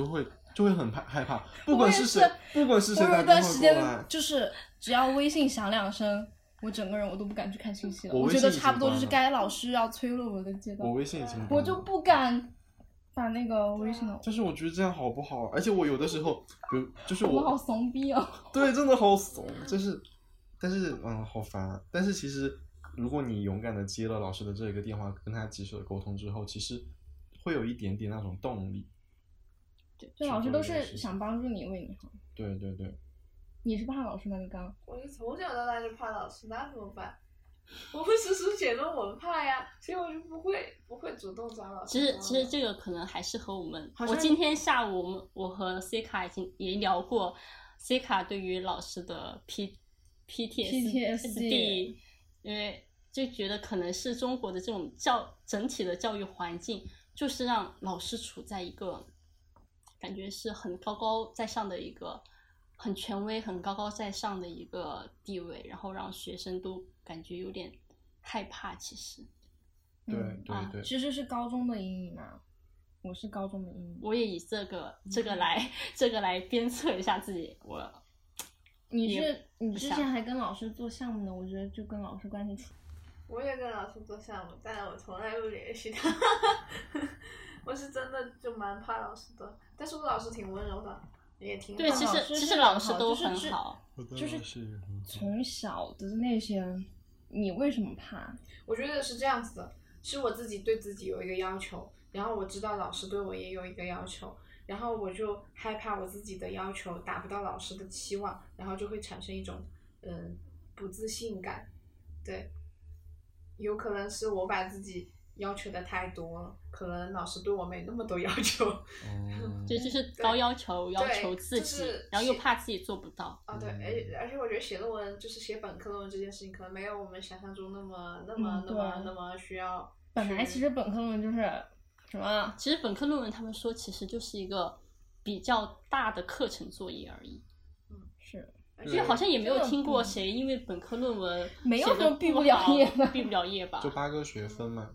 C: 就会很害害怕，不管是谁，不管是谁
B: 我有
C: 打电话
B: 一段时间
C: 过来，
B: 就是只要微信响两声，我整个人我都不敢去看信息了。我觉
C: 我微信已经
B: 得差不多就是
C: 关了
B: 该老师要催论文的阶段。
C: 我微信已经关了，
B: 我就不敢把那个微信的。
C: 但是我觉得这样好不好？而且我有的时候，比如就是我，
B: 我好怂逼哦。
C: 对，真的好怂，就是，但是嗯，好烦啊。但是其实，如果你勇敢的接了老师的这个电话，跟他及时的沟通之后，其实会有一点点那种动力。
B: 就老师都是想帮助你，为你好。
C: 对对对。
B: 你是怕老师吗？你刚？
D: 我是从小到大就怕老师，那怎么办？我不只是写论文怕呀，所以我就不会不会主动找老师。
A: 其实其实这个可能还是和我们，
B: 好像
A: 我今天下午我们我和 C 卡已经也聊过 C 卡对于老师的 P P T S D， 因为就觉得可能是中国的这种教整体的教育环境，就是让老师处在一个感觉是很高高在上的一个很权威、很高高在上的一个地位，然后让学生都感觉有点害怕。其实，
C: 对
B: 嗯、
C: 对对，
B: 其实是高中的阴影啊，我是高中的阴影。
A: 我也以这个这个来这个来鞭策一下自己。我，
B: 你是你之前还跟老师做项目呢，我觉得就跟老师关系处。
D: 我也跟老师做项目，但我从来不联系他。我是真的就蛮怕老师的，但是我老师挺温柔的，也挺好
A: 对，其实其实老师都很好，
B: 就是从小的那些，你为什么怕？
D: 我觉得是这样子的，是我自己对自己有一个要求，然后我知道老师对我也有一个要求，然后我就害怕我自己的要求达不到老师的期望，然后就会产生一种嗯不自信感，对，有可能是我把自己要求的太多了，可能老师对我没那么多要求。
C: 嗯，
A: 就就是高要求要求自己，
D: 就是
A: 然后又怕自己做不到。
D: 啊，对，而且而且我觉得写论文就是写本科论文这件事情，可能没有我们想象中那么那么、
B: 嗯、
D: 那么那么需要。
B: 本来其实本科论文就是什么？
A: 其实本科论文他们说其实就是一个比较大的课程作业而已。
B: 嗯，是。
A: 因为好像也没有听过谁因为本科论文
B: 没有什么毕不了业吧？
A: 毕不了业吧？
C: 就八个学分嘛。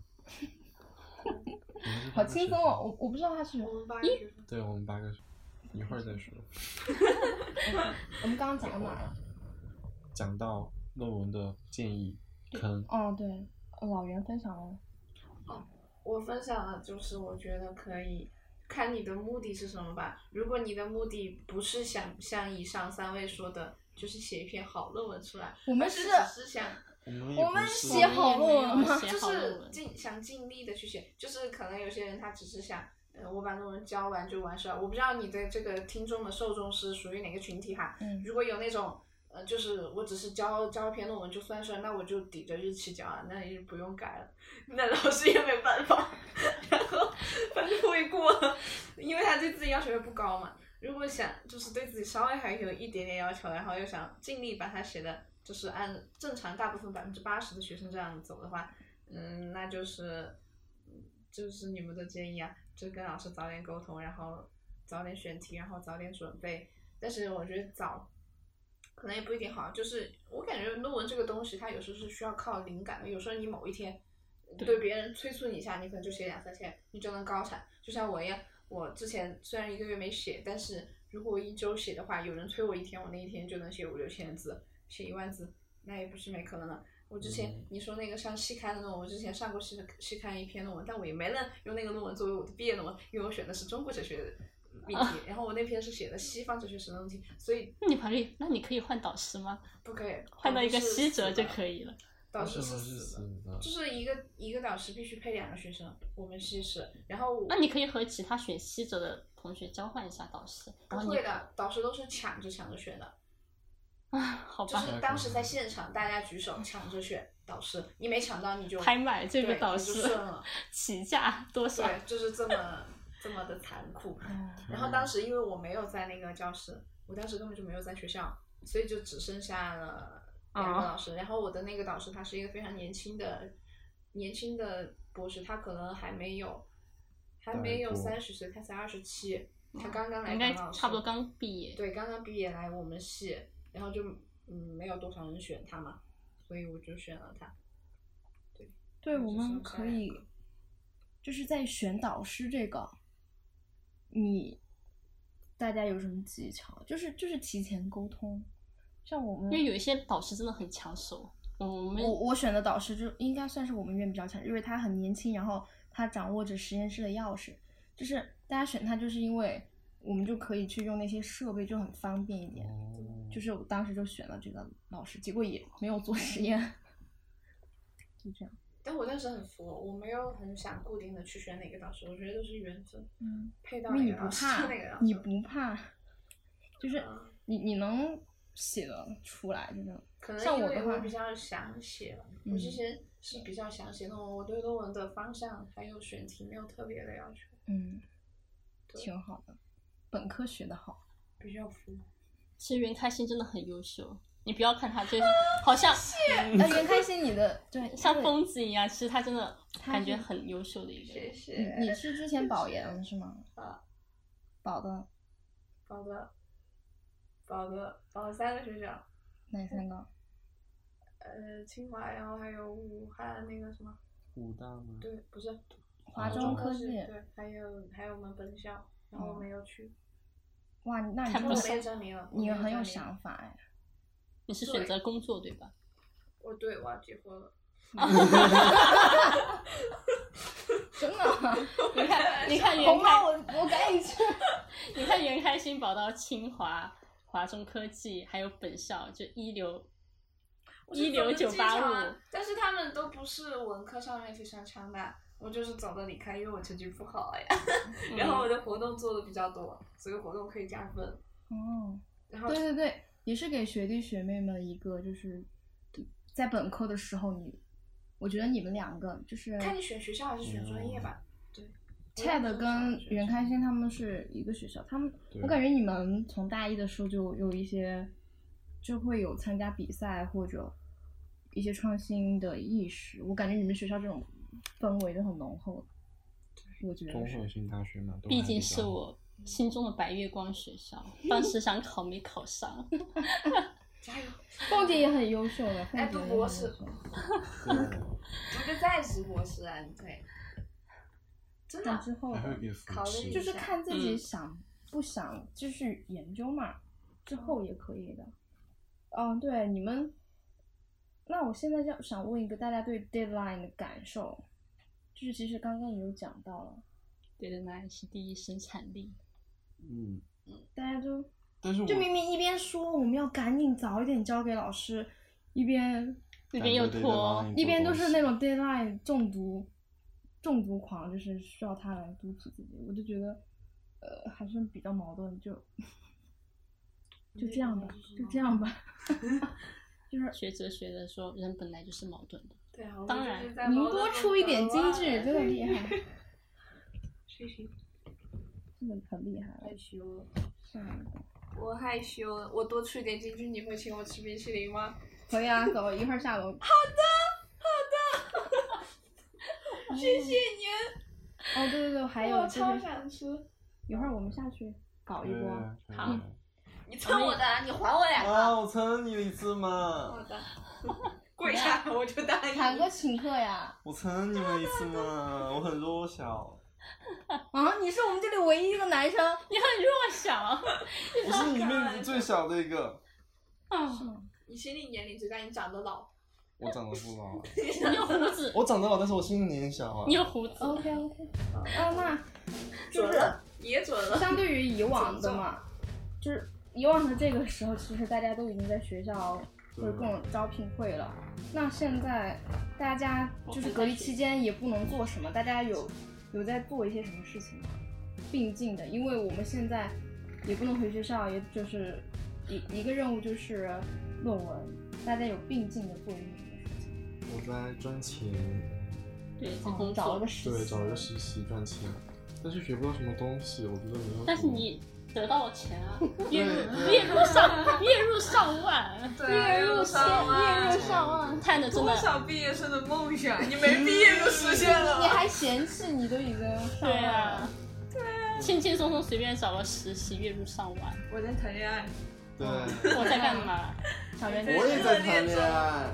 B: 好轻松哦！我我不知道他是
D: 我们八个学分。
C: 对，我们八个学分，一会儿再说。
B: 我们刚刚讲到哪儿了？
C: 讲到论文的建议坑。
B: 哦，对，老袁分享了。
D: 哦，我分享的就是我觉得可以看你的目的是什么吧。如果你的目的不是想像以上三位说的，就是写一篇好论文出来，
B: 我们
D: 是只是想。
B: 我们写好论文吗？
D: 就是尽想尽力的去写，就是可能有些人他只是想，呃，我把论文交完就完事了。我不知道你的这个听众的受众是属于哪个群体哈。
B: 嗯。
D: 如果有那种，呃，就是我只是交交一篇论文就算事，那我就抵着日期交啊，那也不用改了，那老师也没办法，然后反正会过，因为他对自己要求也不高嘛。如果想就是对自己稍微还有一点点要求，然后又想尽力把它写的。就是按正常大部分百分之八十的学生这样走的话，嗯，那就是，就是你们的建议啊，就跟老师早点沟通，然后早点选题，然后早点准备。但是我觉得早，可能也不一定好。就是我感觉论文这个东西，它有时候是需要靠灵感的。有时候你某一天对别人催促你一下，你可能就写两三千，你就能高产。就像我一样，我之前虽然一个月没写，但是如果我一周写的话，有人催我一天，我那一天就能写五六千字。写一万字，那也不是没可能的。我之前、嗯、你说那个上期刊的论文，我之前上过期期刊一篇论文，但我也没能用那个论文作为我的毕业论文，因为我选的是中国哲学的命题，啊、然后我那篇是写的西方哲学史的问题，所以
A: 那你可以，那你可以换导师吗？
D: 不可以，
A: 换到一个西哲就可以了。
D: 导师是死的，就是一个一个导师必须配两个学生，我们西是，然后
A: 那你可以和其他选西哲的同学交换一下导师。
D: 不会的，导师都是抢着抢着选的。
A: 啊，好吧。
D: 就是当时在现场，大家举手抢着选导师，你没抢到你就
A: 拍卖这个导师，
D: 就顺了，
A: 起价多少？
D: 对，就是这么这么的残酷。然后当时因为我没有在那个教室，我当时根本就没有在学校，所以就只剩下了两个老师。哦、然后我的那个导师他是一个非常年轻的年轻的博士，他可能还没有还没有三十岁，他才二十七，他刚刚来当老师，
A: 差不多刚毕业。
D: 对，刚刚毕业来我们系。然后就嗯没有多少人选他嘛，所以我就选了他。对，
B: 对，我们可以就是在选导师这个，你大家有什么技巧，就是就是提前沟通。像我们，
A: 因为有一些导师真的很抢手。我们
B: 我我选的导师就应该算是我们院比较强，因为他很年轻，然后他掌握着实验室的钥匙。就是大家选他，就是因为我们就可以去用那些设备，就很方便一点。
C: 哦、
B: 就是我当时就选了这个老师，结果也没有做实验，就这样。
D: 但我当时很服，我没有很想固定的去选哪个导师，我觉得都是缘分，
B: 嗯，
D: 配到
B: 因为你
D: 哪个导师
B: 不怕
D: 就哪个导，师
B: 你不怕，就是
D: 嗯
B: 你你能写的出来，真的。
D: 可能因
B: 像我的话
D: 为我比较想写吧，
B: 嗯
D: 我之前是比较想写的，我对论文的方向还有选题没有特别的要求，
B: 嗯，
D: 对
B: 挺好的，本科学的好。
D: 比较服。
A: 其实袁开心真的很优秀，你不要看他就是好像
B: 呃，袁开心，你的对
A: 像疯子一样，其实他真的
B: 他
A: 感觉
B: 是
A: 很优秀的一个人。
D: 谢谢。
B: 你你是之前保研是吗？
D: 啊，
B: 保的
D: 报的，报的报了三个学校，
B: 哪三个？
D: 呃，清华，然后还有武汉那个什么，
C: 武大吗？
D: 对，不是
B: 华
C: 中
B: 科技。
D: 对，还有还有我们本校，然后我没有去，
B: 哇，那你
A: 看不上
B: 真的
D: 我没有证明了，
B: 你很有
D: 我没证明
B: 想法哎。
A: 你是选择工作对吧？
D: 我对我要结婚了。
B: 真的吗？
A: 你看，你看袁
B: 红包
A: 开，
B: 我我赶紧去。
A: 你看袁开心保到清华、华中科技，还有本校，就一流，
D: 我是
A: 一流
D: 走的
A: 九八五
D: 技巧啊。但是他们都不是文科上面非常强的，我就是走的离开，因为我成绩不好呀。然后我的活动做的比较多，所以活动可以加分。
B: 哦，
D: 然后
B: 对对对，也是给学弟学妹们一个，就是在本科的时候你，我觉得你们两个就是
D: 看你选学校还是选专业吧。对
B: Ted 跟袁开心他们是一个学校，他们
C: 对
B: 我感觉你们从大一的时候就有一些，就会有参加比赛或者一些创新的意识。我感觉你们学校这种氛围都很浓厚，我觉得是。
C: 综合性大学嘛，都
A: 毕竟
C: 还比较好
A: 是我心中的白月光学校，当时想考没考上。
D: 加油！
B: 凤姐也很优秀的，凤
D: 哎
B: 姐也很优
D: 读博士
B: 秀。
C: 对，
D: 读个在职博士啊，你对，真的
B: 但之后的
C: 还会给扶
D: 考虑
C: 持，
B: 就是看自己
A: 嗯
B: 想不想继续研究嘛，之后也可以的。嗯，对，你们，那我现在就想问一个大家对 deadline 的感受，就是其实刚刚也有讲到了，
A: 对的，那是第一生产力。
C: 嗯，
B: 大家就
C: 但是我
B: 就明明一边说我们要赶紧早一点交给老师，一边
A: 那边又拖，
B: 一边都是那种 deadline 中毒中毒狂，就是需要他来督促自己，我就觉得呃还是比较矛盾，就就这样吧，就这样吧，就是
A: 学哲学的说人本来就是矛盾的。
D: 对啊，我们
A: 当然
D: 就是在
B: 您
D: 矛盾中
B: 多出一点
D: 格外
B: 金句，真的厉害，
D: 谢谢。
B: 真的很厉害了
D: 害。羞了，
B: 下一个
D: 我害羞了。我多出一点金句，你会请我吃冰淇淋吗？
B: 可以啊，走，一会儿下楼。
D: 谢谢你，
B: 哦，对对对，还有
D: 我超
B: 就是
D: 想吃。
B: 一会儿我们下去搞一波。
A: 好
D: 你蹭我的，你还我两
C: 啊，
D: 个。
C: 我蹭你一次嘛
D: 好，的，跪下我就答应
B: 坦
D: 你。
B: 哥请客呀！
C: 我蹭你们一次嘛，我很弱小。
B: 啊，你是我们这里唯一一个男生。
A: 你很弱小。
C: 我是里面最小的一个，
A: 啊，
D: 你心里年龄最大，你长得老。
C: 我长得不老啊，
A: 你有胡子，
C: 我长得老，但是我心里年龄小啊
A: 你。有胡子。
B: OK OK。哦，那就是
D: 准了，也准了。
B: 相对于以往的嘛，就是以往的这个时候，其实大家都已经在学校或者各种招聘会了。那现在大家就是隔离期间也不能做什么，大家有有在做一些什么事情吗？并进的，因为我们现在也不能回学校，也就是一一个任务就是论文，大家有并进的做一些什么事情？
C: 我在赚钱，
A: 对，在
B: 哦
A: 工作
B: 找了个。实
C: 对，
B: 习，
C: 找一个实习赚钱，但是学不到什么东西，我觉得没有。
A: 但是你得到了钱啊，月入
C: 对
A: 月入上月入上万，
B: 月入千，月入上万。
A: 看的真的。
D: 多少毕业生的梦想，你没毕业就实现了。
B: 你还嫌弃你都已经上
A: 对
B: 万了
A: 啊，轻轻松松随便找个实习，月入上万。
D: 我在谈恋爱。
C: 对，
A: 我在干嘛？
B: 小圆
C: 我也在谈恋爱。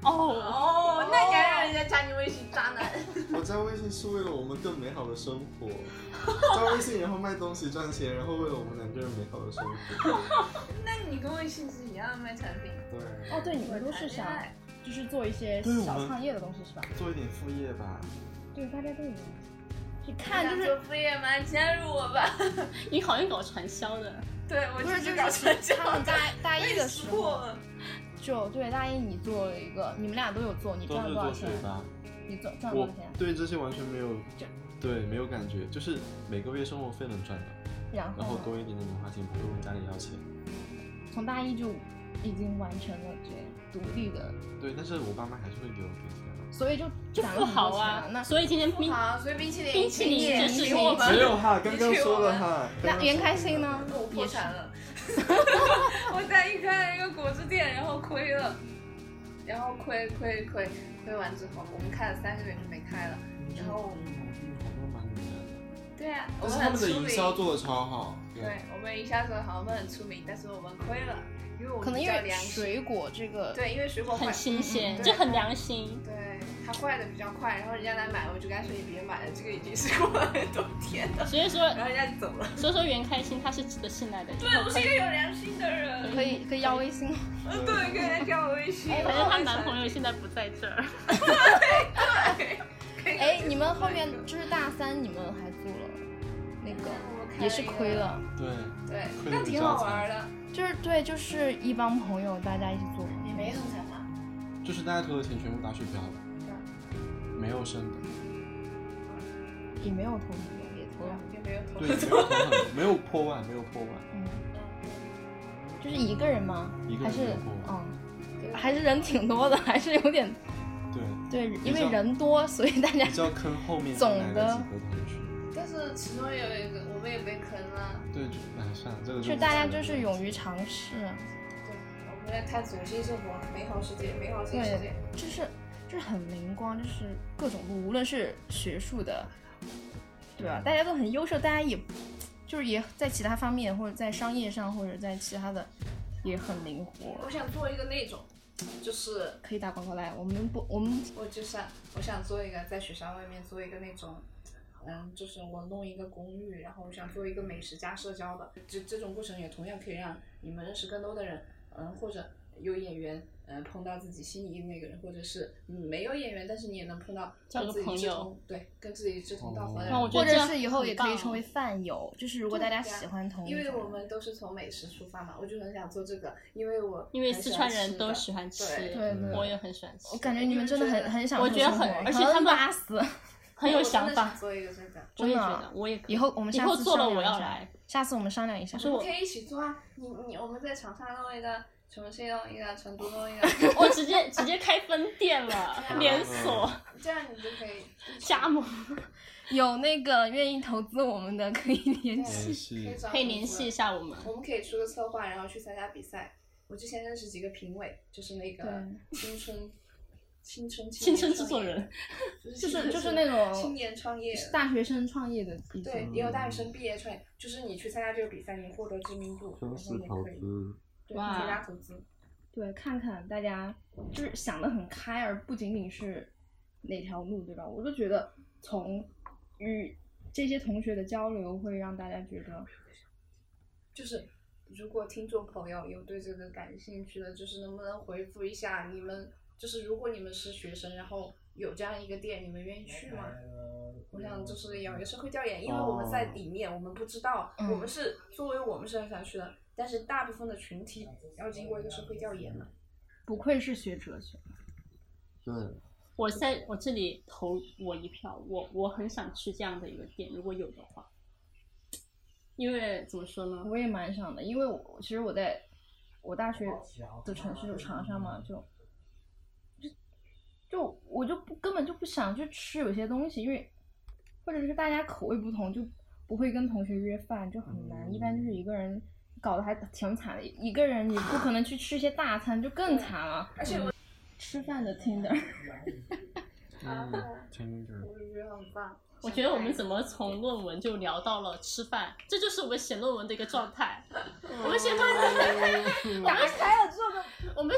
A: 哦
D: 哦，那你还让人家加你微信，渣男。
C: 我加微信是为了我们更美好的生活，加微信然后卖东西赚钱，然后为了我们两个人美好的生活。
D: 那你跟微信是一样的卖产品。
C: 对。
B: 哦，对，你们都是想就是做一些小创业的东西是吧？
C: 做一点副业吧。
B: 对，大家都有。去看就是
D: 做副业吗？加入我吧。
A: 你好像搞传销的。
D: 对，我
B: 就是
D: 搞传销。
B: 他们大大一的时候，就对大一你做了一个，你们俩都有做，你赚了多少钱？你赚赚了多少钱？
C: 对这些完全没有，对没有感觉，就是每个月生活费能赚到，
B: 然后
C: 然后多一点点零花钱，不会问家里要钱。
B: 从大一就已经完成了这样独立的。
C: 对，但是我爸妈还是会给我给钱。
B: 所以就
A: 就不好啊，
B: 那
A: 所以今天冰
D: 好，所以冰淇淋
A: 冰淇淋这事情
C: 没有哈，刚刚说了哈。
B: 那袁开心呢？
D: 我破产了。我在一开了一个果汁店，然后亏了，然后亏亏亏亏完之后，我们开了三个月就没开了，然后我们对啊，
C: 但是他们的营销做的超好。
D: 对，我们营销做的好，我们很出名，但是我们亏了。因为我们
B: 可能因为水果这个
D: 对，因为水果
A: 很新鲜，就很良心。
D: 对，它坏的比较快，然后人家来买，我就跟他说你别买了，这个已经是过了很多天了。
A: 所以说，
D: 然后人家就走了。
A: 所以说袁开心他是值得信赖的。
D: 对，我是一个有良心的人。
B: 可以可以要微信。
D: 嗯，对，可以来加我微信。
A: 反正她男朋友现在不在这儿。
D: 对对。
B: 哎，你们后面就是大三，你们还做了那个，也是亏了。
C: 对
D: 对，但挺好玩的。
B: 就是对，就是一帮朋友大家一起做，
D: 也没很惨啊。
C: 就是大家投的钱全部打水漂了，没有剩的，
B: 也没有投很多，也投了，
D: 也没有投，
C: 对，没有投很多，没有破万，没有破万，
B: 嗯，就是一个人吗？
C: 一个
B: 人还是
C: 嗯，
B: 还是人挺多的，还是有点，
C: 对
B: 对，因为人多，所以大家
C: 比较坑后面
B: 总的
C: 几个同学。
D: 但是其中有一个，我们也被坑了。
C: 对，哎，算了，这个
B: 就大家就是勇于尝试。
D: 对，我们在探索新生活，美好世界，美好新世界。
B: 就是就是很灵光，就是各种路，无论是学术的，对吧？大家都很优秀，大家也就是也在其他方面，或者在商业上，或者在其他的也很灵活。
D: 我想做一个那种。就是
B: 可以打广告来，我们不，我们
D: 我就想，我想做一个在学校外面做一个那种，嗯，就是我弄一个公寓，然后我想做一个美食加社交的，这这种过程也同样可以让你们认识更多的人，嗯，或者有演员，嗯，碰到自己心仪的那个人，或者是嗯没有演员，但是你也能碰到
A: 交个朋友，
D: 对，跟自己志同道合的人，
A: 哦、
B: 或者是以后也可以成为饭友，就是如果大家喜欢同一种，
D: 因为我们都是从美食出发嘛，我就很想做这个，因为我
A: 因为四川人都喜欢吃，
B: 对对对，
A: 我也很喜欢吃，
B: 我感觉你们真的很很想，
A: 我觉得很，而且他们
B: 拉死，
A: 很有想法，
D: 做一个这个，
A: 我也觉得，我也
B: 以后我们
A: 以后做了我要来，
B: 下次我们商量一下，
D: 我们可以一起做啊，你你我们在长沙弄一个。重庆弄一个，成都弄一个，
A: 我直接直接开分店了，连锁，
D: 这样你就可以
A: 加盟。
B: 有那个愿意投资我们的可以联系，
A: 可以联系一下我们。
D: 我们可以出个策划，然后去参加比赛。我之前认识几个评委，就是那个青春青春
A: 青春制作人，
B: 就是就是那种
D: 青年创业，
B: 大学生创业的，
D: 对，也有大学生毕业创业，就是你去参加这个比赛，你获得知名度，然后也可以。对，大家投资，
B: 对，看看大家就是想得很开，而不仅仅是哪条路，对吧？我就觉得从与这些同学的交流会让大家觉得，
D: 就是如果听众朋友有对这个感兴趣的，就是能不能回复一下你们，就是如果你们是学生，然后有这样一个店，你们愿意去吗？我想就是有一个社会调研，因为我们在里面，我们不知道，
B: 嗯、
D: 我们是作为我们是很想去的。但是大部分的群体要经过一个社会调研嘛。
B: 不愧是学哲学。
C: 对。
A: 我在我这里投我一票，我我很想去这样的一个店，如果有的话。因为怎么说呢？
B: 我也蛮想的，因为我其实我在我大学的城市就长沙嘛，就就就我就不根本就不想去吃有些东西，因为或者是大家口味不同，就不会跟同学约饭，就很难。嗯、一般就是一个人。搞得还挺惨的，一个人你不可能去吃一些大餐，就更惨了。
D: 而且我、嗯、
B: 吃饭的 Tinder，
C: 嗯 Tinder，
D: 我觉得很棒。
A: 我觉得我们怎么从论文就聊到了吃饭，这就是我们写论文的一个状态。我们写论文，
B: 打开了之后，
A: 我们写论文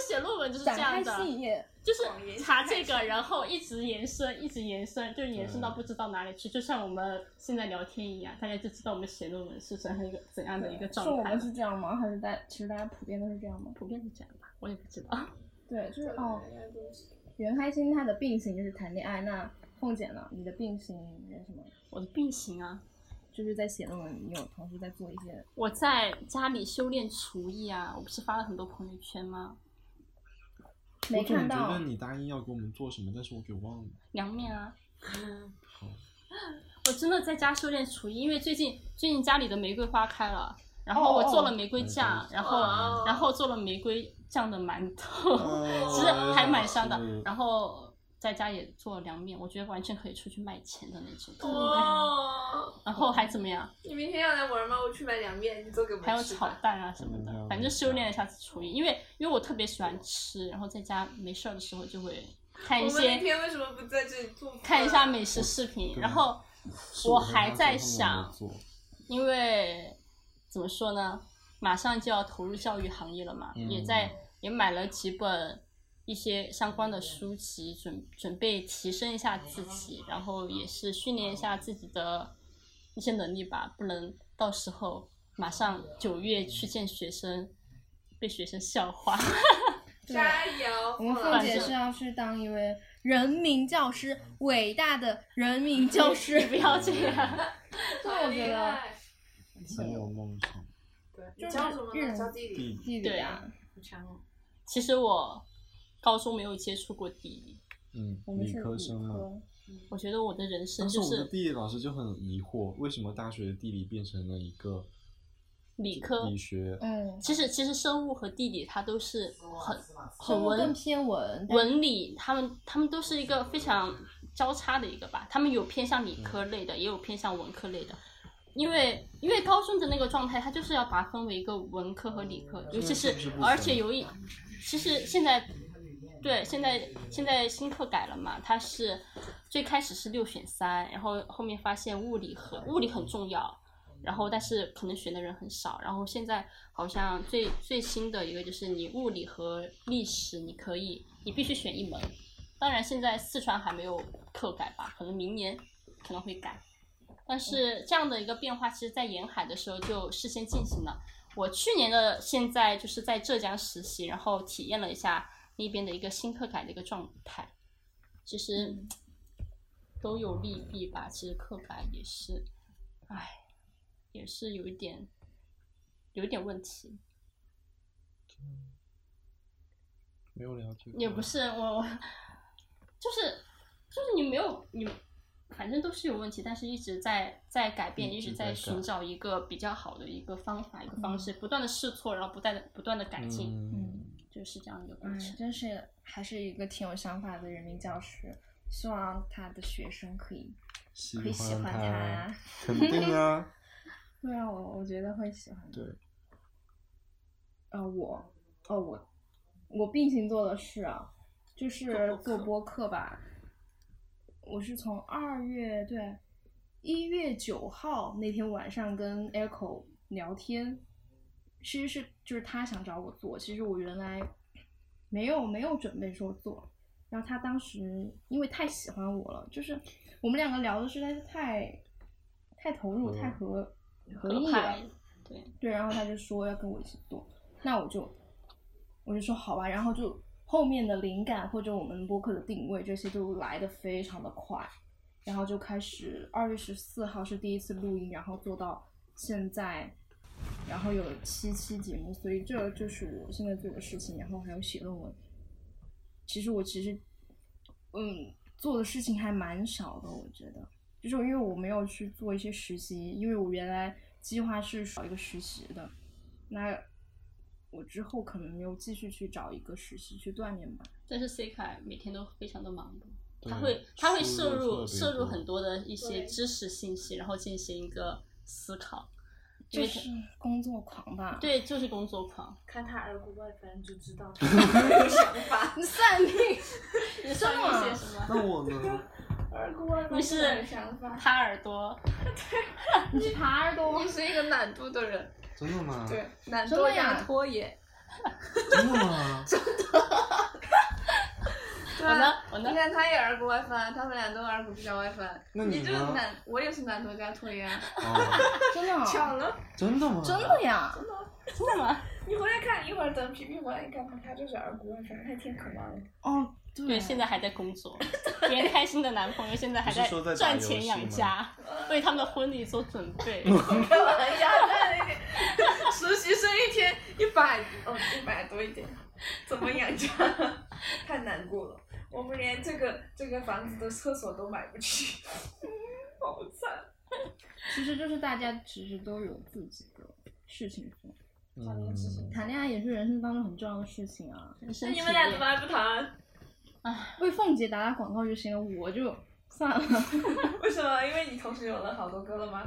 A: 文就是这样的，就是查这个，然后一直延伸，一直延伸，就延伸到不知道哪里去，就像我们现在聊天一样，大家就知道我们写论文是怎样一个怎样的一个状态。
B: 是我们是这样吗？还是大其实大家普遍都是这样吗？
A: 普遍是这样吧，我也不知道。
B: 对，就是哦，袁开心他的病型就是谈恋爱，那凤姐呢？你的病型是什么？
A: 我的病型啊。
B: 就是在写论文，你有同时在做一些。
A: 我在家里修炼厨艺啊，我不是发了很多朋友圈吗？
B: 没看到。
C: 我总觉得你答应要给我们做什么，但是我给忘了。
A: 凉面啊。
C: 好。
A: 我真的在家修炼厨艺，因为最近最近家里的玫瑰花开了，然后我做了玫瑰酱， oh, oh. 然后、oh. 然后做了玫瑰酱的馒头， oh. 其实还蛮香的。Oh. 然后。在家也做凉面，我觉得完全可以出去卖钱的那种。
E: 哦。
A: 然后还怎么样？
E: 你明天要来玩吗？我去买凉面，你做给我们吃。
A: 还有炒蛋啊什么的，嗯、反正修炼了一下子厨艺，因为因为我特别喜欢吃，然后在家没事的时候就会看一些。
E: 我们那天为什么不在这里做？
A: 看一下美食视频，然后我还在想，因为怎么说呢，马上就要投入教育行业了嘛，嗯、也在也买了几本。一些相关的书籍，准准备提升一下自己，然后也是训练一下自己的一些能力吧，不能到时候马上九月去见学生，被学生笑话。
E: 加油！
B: 我们凤姐是要去当一位人民教师，伟大的人民教师。
A: 你不要这样。
B: 那我觉得
C: 很有梦想。
E: 对，你教什么呢？教地理。
B: 地理啊，
E: 好强哦。
A: 其实我。高中没有接触过地理，
C: 嗯，理科生嘛。
A: 我觉得我的人生
C: 就是。
A: 但是
C: 我的地理老师就很疑惑，为什么大学的地理变成了一个
A: 理科
C: 理学？
B: 嗯，
A: 其实其实生物和地理它都是很很
B: 文更偏文
A: 文理，他们他们都是一个非常交叉的一个吧，他们有偏向理科类的，嗯、也有偏向文科类的。因为因为高中的那个状态，它就是要把它分为一个文科和理科，尤其是而且有一，其实现在。对，现在现在新课改了嘛，它是最开始是六选三，然后后面发现物理和物理很重要，然后但是可能选的人很少，然后现在好像最最新的一个就是你物理和历史你可以你必须选一门，当然现在四川还没有课改吧，可能明年可能会改，但是这样的一个变化其实在沿海的时候就事先进行了。我去年的现在就是在浙江实习，然后体验了一下那边的一个新课改的一个状态，其实都有利弊吧。其实课改也是，唉，也是有一点，有一点问题。
C: 没有了解。
A: 也不是我，就是就是你没有你，反正都是有问题，但是一直在在改变，一直在寻找一个比较好的一个方法、一个方式，不断的试错，然后不断的不断的改进。
B: 嗯。
A: 就是这样一个过程，
B: 嗯，真是还是一个挺有想法的人民教师，希望他的学生可以可以喜欢他，
C: 肯定啊。
B: 对啊，我我觉得会喜欢。
C: 对。
B: 呃，我，哦我，我并行做的事啊，就是做播客吧。我是从二月对，一月九号那天晚上跟 Echo 聊天。其实是就是他想找我做，其实我原来没有没有准备说做，然后他当时因为太喜欢我了，就是我们两个聊的实在是太太投入、嗯、太合合意了，
A: 对
B: 对，然后他就说要跟我一起做，那我就我就说好吧，然后就后面的灵感或者我们播客的定位这些都来得非常的快，然后就开始二月十四号是第一次录音，然后做到现在。然后有七期节目，所以这就是我现在做的事情，然后还有写论文。其实我其实，嗯，做的事情还蛮少的，我觉得，就是因为我没有去做一些实习，因为我原来计划是找一个实习的，那我之后可能又继续去找一个实习去锻炼吧。
A: 但是 C 凯每天都非常的忙碌，他会他会摄入摄入很多的一些知识信息，然后进行一个思考。
B: 就是工作狂吧？
A: 对，就是工作狂。
E: 看他耳骨外翻就知道他有想法。
B: 你算命，
A: 你算命些什么？
C: 那我呢？
E: 耳骨外翻
A: 你是耙耳朵。
E: 对，
B: 你是耙耳朵。
E: 你是一个懒惰的人。
C: 真的吗？
E: 对，懒惰加拖延。
C: 真的吗？
E: 真的。
A: 我呢
D: 你看他也儿国外翻，他们俩都儿国比较外翻。
C: 那你
D: 就是男，我也是男托加托呀。
C: 哦，
B: 真的、啊？
D: 巧了。
C: 真的吗？
B: 真的呀？
D: 真的。
A: 真的吗？
D: 你回来看，一会儿等皮皮回来，你看看他就是儿国外翻，太天可望了。
B: 哦，对。
A: 对，现在还在工作，别开心的男朋友现在还在赚钱养家，为他们的婚礼做准备。
D: 开玩笑，实习生一天一百，哦，一百多一点，怎么养家？太难过了，我们连这个这个房子的厕所都买不起，好惨。
B: 其实就是大家其实都有自己的事情做。
C: 嗯，
B: 谈恋爱也是人生当中很重要的事情啊。
D: 那你们俩怎么还不谈？
B: 唉，为凤姐打打广告就行了，我就算了。
D: 为什么？因为你同时有了好多个了吗？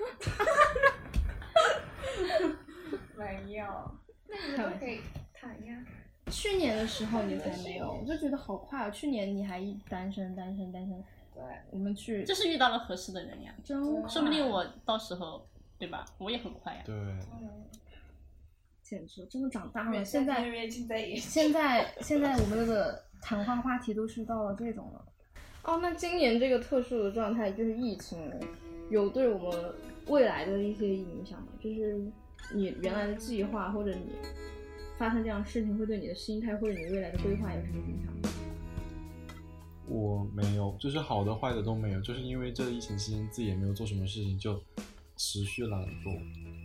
D: 没有，那你们可以谈呀。
B: 去年的时候你才没有，我就觉得好快啊！去年你还单身单身单身。
D: 对，
B: 我们去。
A: 就是遇到了合适的人呀，
B: 真
A: 说不定我到时候，对吧？我也很快呀。
C: 对。
B: 简直真的长大了，现在
D: 现在
B: 现在现在我们的谈话话题都是到了这种了。哦，那今年这个特殊的状态就是疫情，有对我们未来的一些影响吗？就是你原来的计划，或者你发生这样的事情，会对你的心态或者你未来的规划有什么影响吗？
C: 我没有，就是好的坏的都没有，就是因为这疫情期间自己也没有做什么事情，就持续懒惰。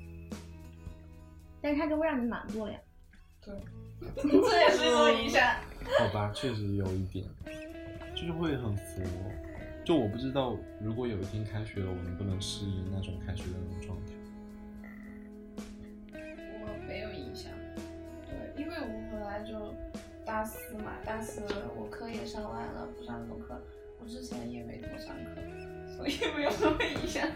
B: 但是它就会让你懒惰了呀。
D: 对，这也是一种影响。
C: 好吧，确实有一点，就是会很佛。就我不知道，如果有一天开学了，我能不能适应那种开学的那种状态。
D: 我没有影响，对，因为我本来就大四嘛，大四我课也上完了，不上什么课，我之前也没多上课，所以没有什么影响。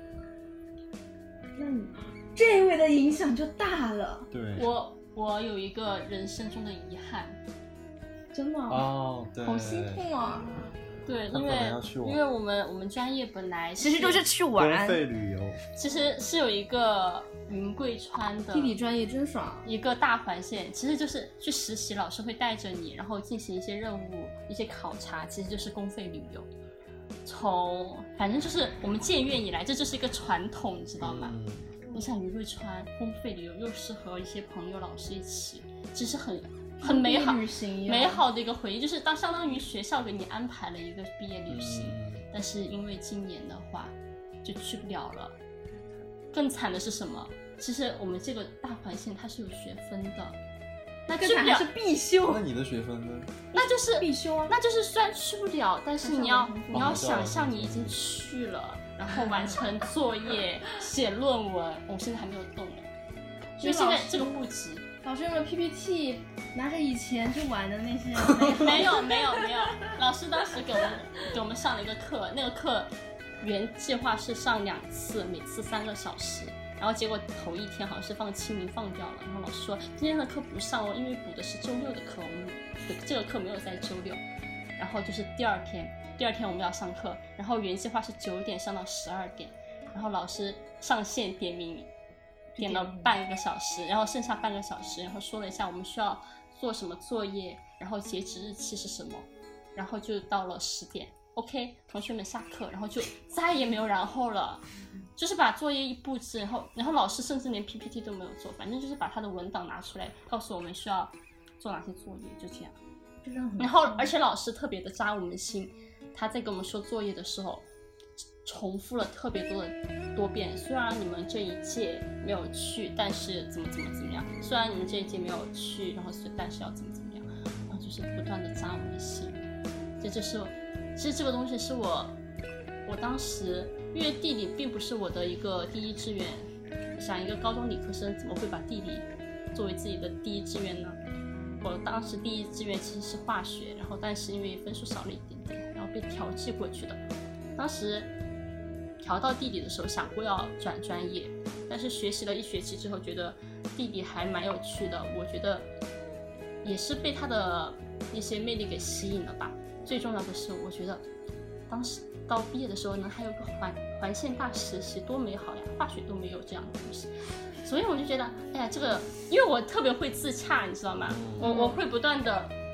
B: 那你这一位的影响就大了。
C: 对，
A: 我我有一个人生中的遗憾。
B: 真的
C: 哦，对，
B: 好心痛啊。
A: 对，因为因为我们我们专业本来
B: 其实就是去玩
C: 公费旅游，
A: 其实是有一个云贵川的
B: 地理专业真爽，
A: 一个大环线，其实就是去实习，老师会带着你，然后进行一些任务、一些考察，其实就是公费旅游。从反正就是我们建院以来，这就是一个传统，你知道吗？
C: 嗯、
A: 你想云贵川公费旅游，又是和一些朋友、老师一起，其实很。很美好，美好的一个回忆，就是当相当于学校给你安排了一个毕业旅行，嗯、但是因为今年的话就去不了了。更惨的是什么？其实我们这个大环线它是有学分的，那去不了
B: 是必修。
C: 那你的学分呢？
A: 那就是
B: 必修啊。
A: 那就是虽然去不了，但是你要你要想象你已经去了，然后完成作业、写论文。我现在还没有动呢，因为现在这个不急。
B: 老师用了 P P T， 拿着以前去玩的那些
A: 没有没有没有，老师当时给我们给我们上了一个课，那个课原计划是上两次，每次三个小时，然后结果头一天好像是放清明放掉了，然后老师说今天的课不上哦，因为补的是周六的课，我们这个课没有在周六，然后就是第二天，第二天我们要上课，然后原计划是九点上到十二点，然后老师上线点名。点了半个小时，然后剩下半个小时，然后说了一下我们需要做什么作业，然后截止日期是什么，然后就到了十点 ，OK， 同学们下课，然后就再也没有然后了，就是把作业一布置，然后然后老师甚至连 P P T 都没有做，反正就是把他的文档拿出来，告诉我们需要做哪些作业，就这样。然后而且老师特别的扎我们心，他在跟我们说作业的时候。重复了特别多的多遍，虽然你们这一届没有去，但是怎么怎么怎么样，虽然你们这一届没有去，然后但是要怎么怎么样，然后就是不断的扎我的心。这就是其实这个东西是我我当时因为地理并不是我的一个第一志愿，想一个高中理科生怎么会把地理作为自己的第一志愿呢？我当时第一志愿其实是化学，然后但是因为分数少了一点点，然后被调剂过去的。当时调到地理的时候想过要转专业，但是学习了一学期之后觉得地理还蛮有趣的，我觉得也是被它的一些魅力给吸引了吧。最重要的是我觉得当时到毕业的时候呢还有个环环线大实习，多美好呀，化学都没有这样的东西，所以我就觉得哎呀这个因为我特别会自洽你知道吗，我我会不断的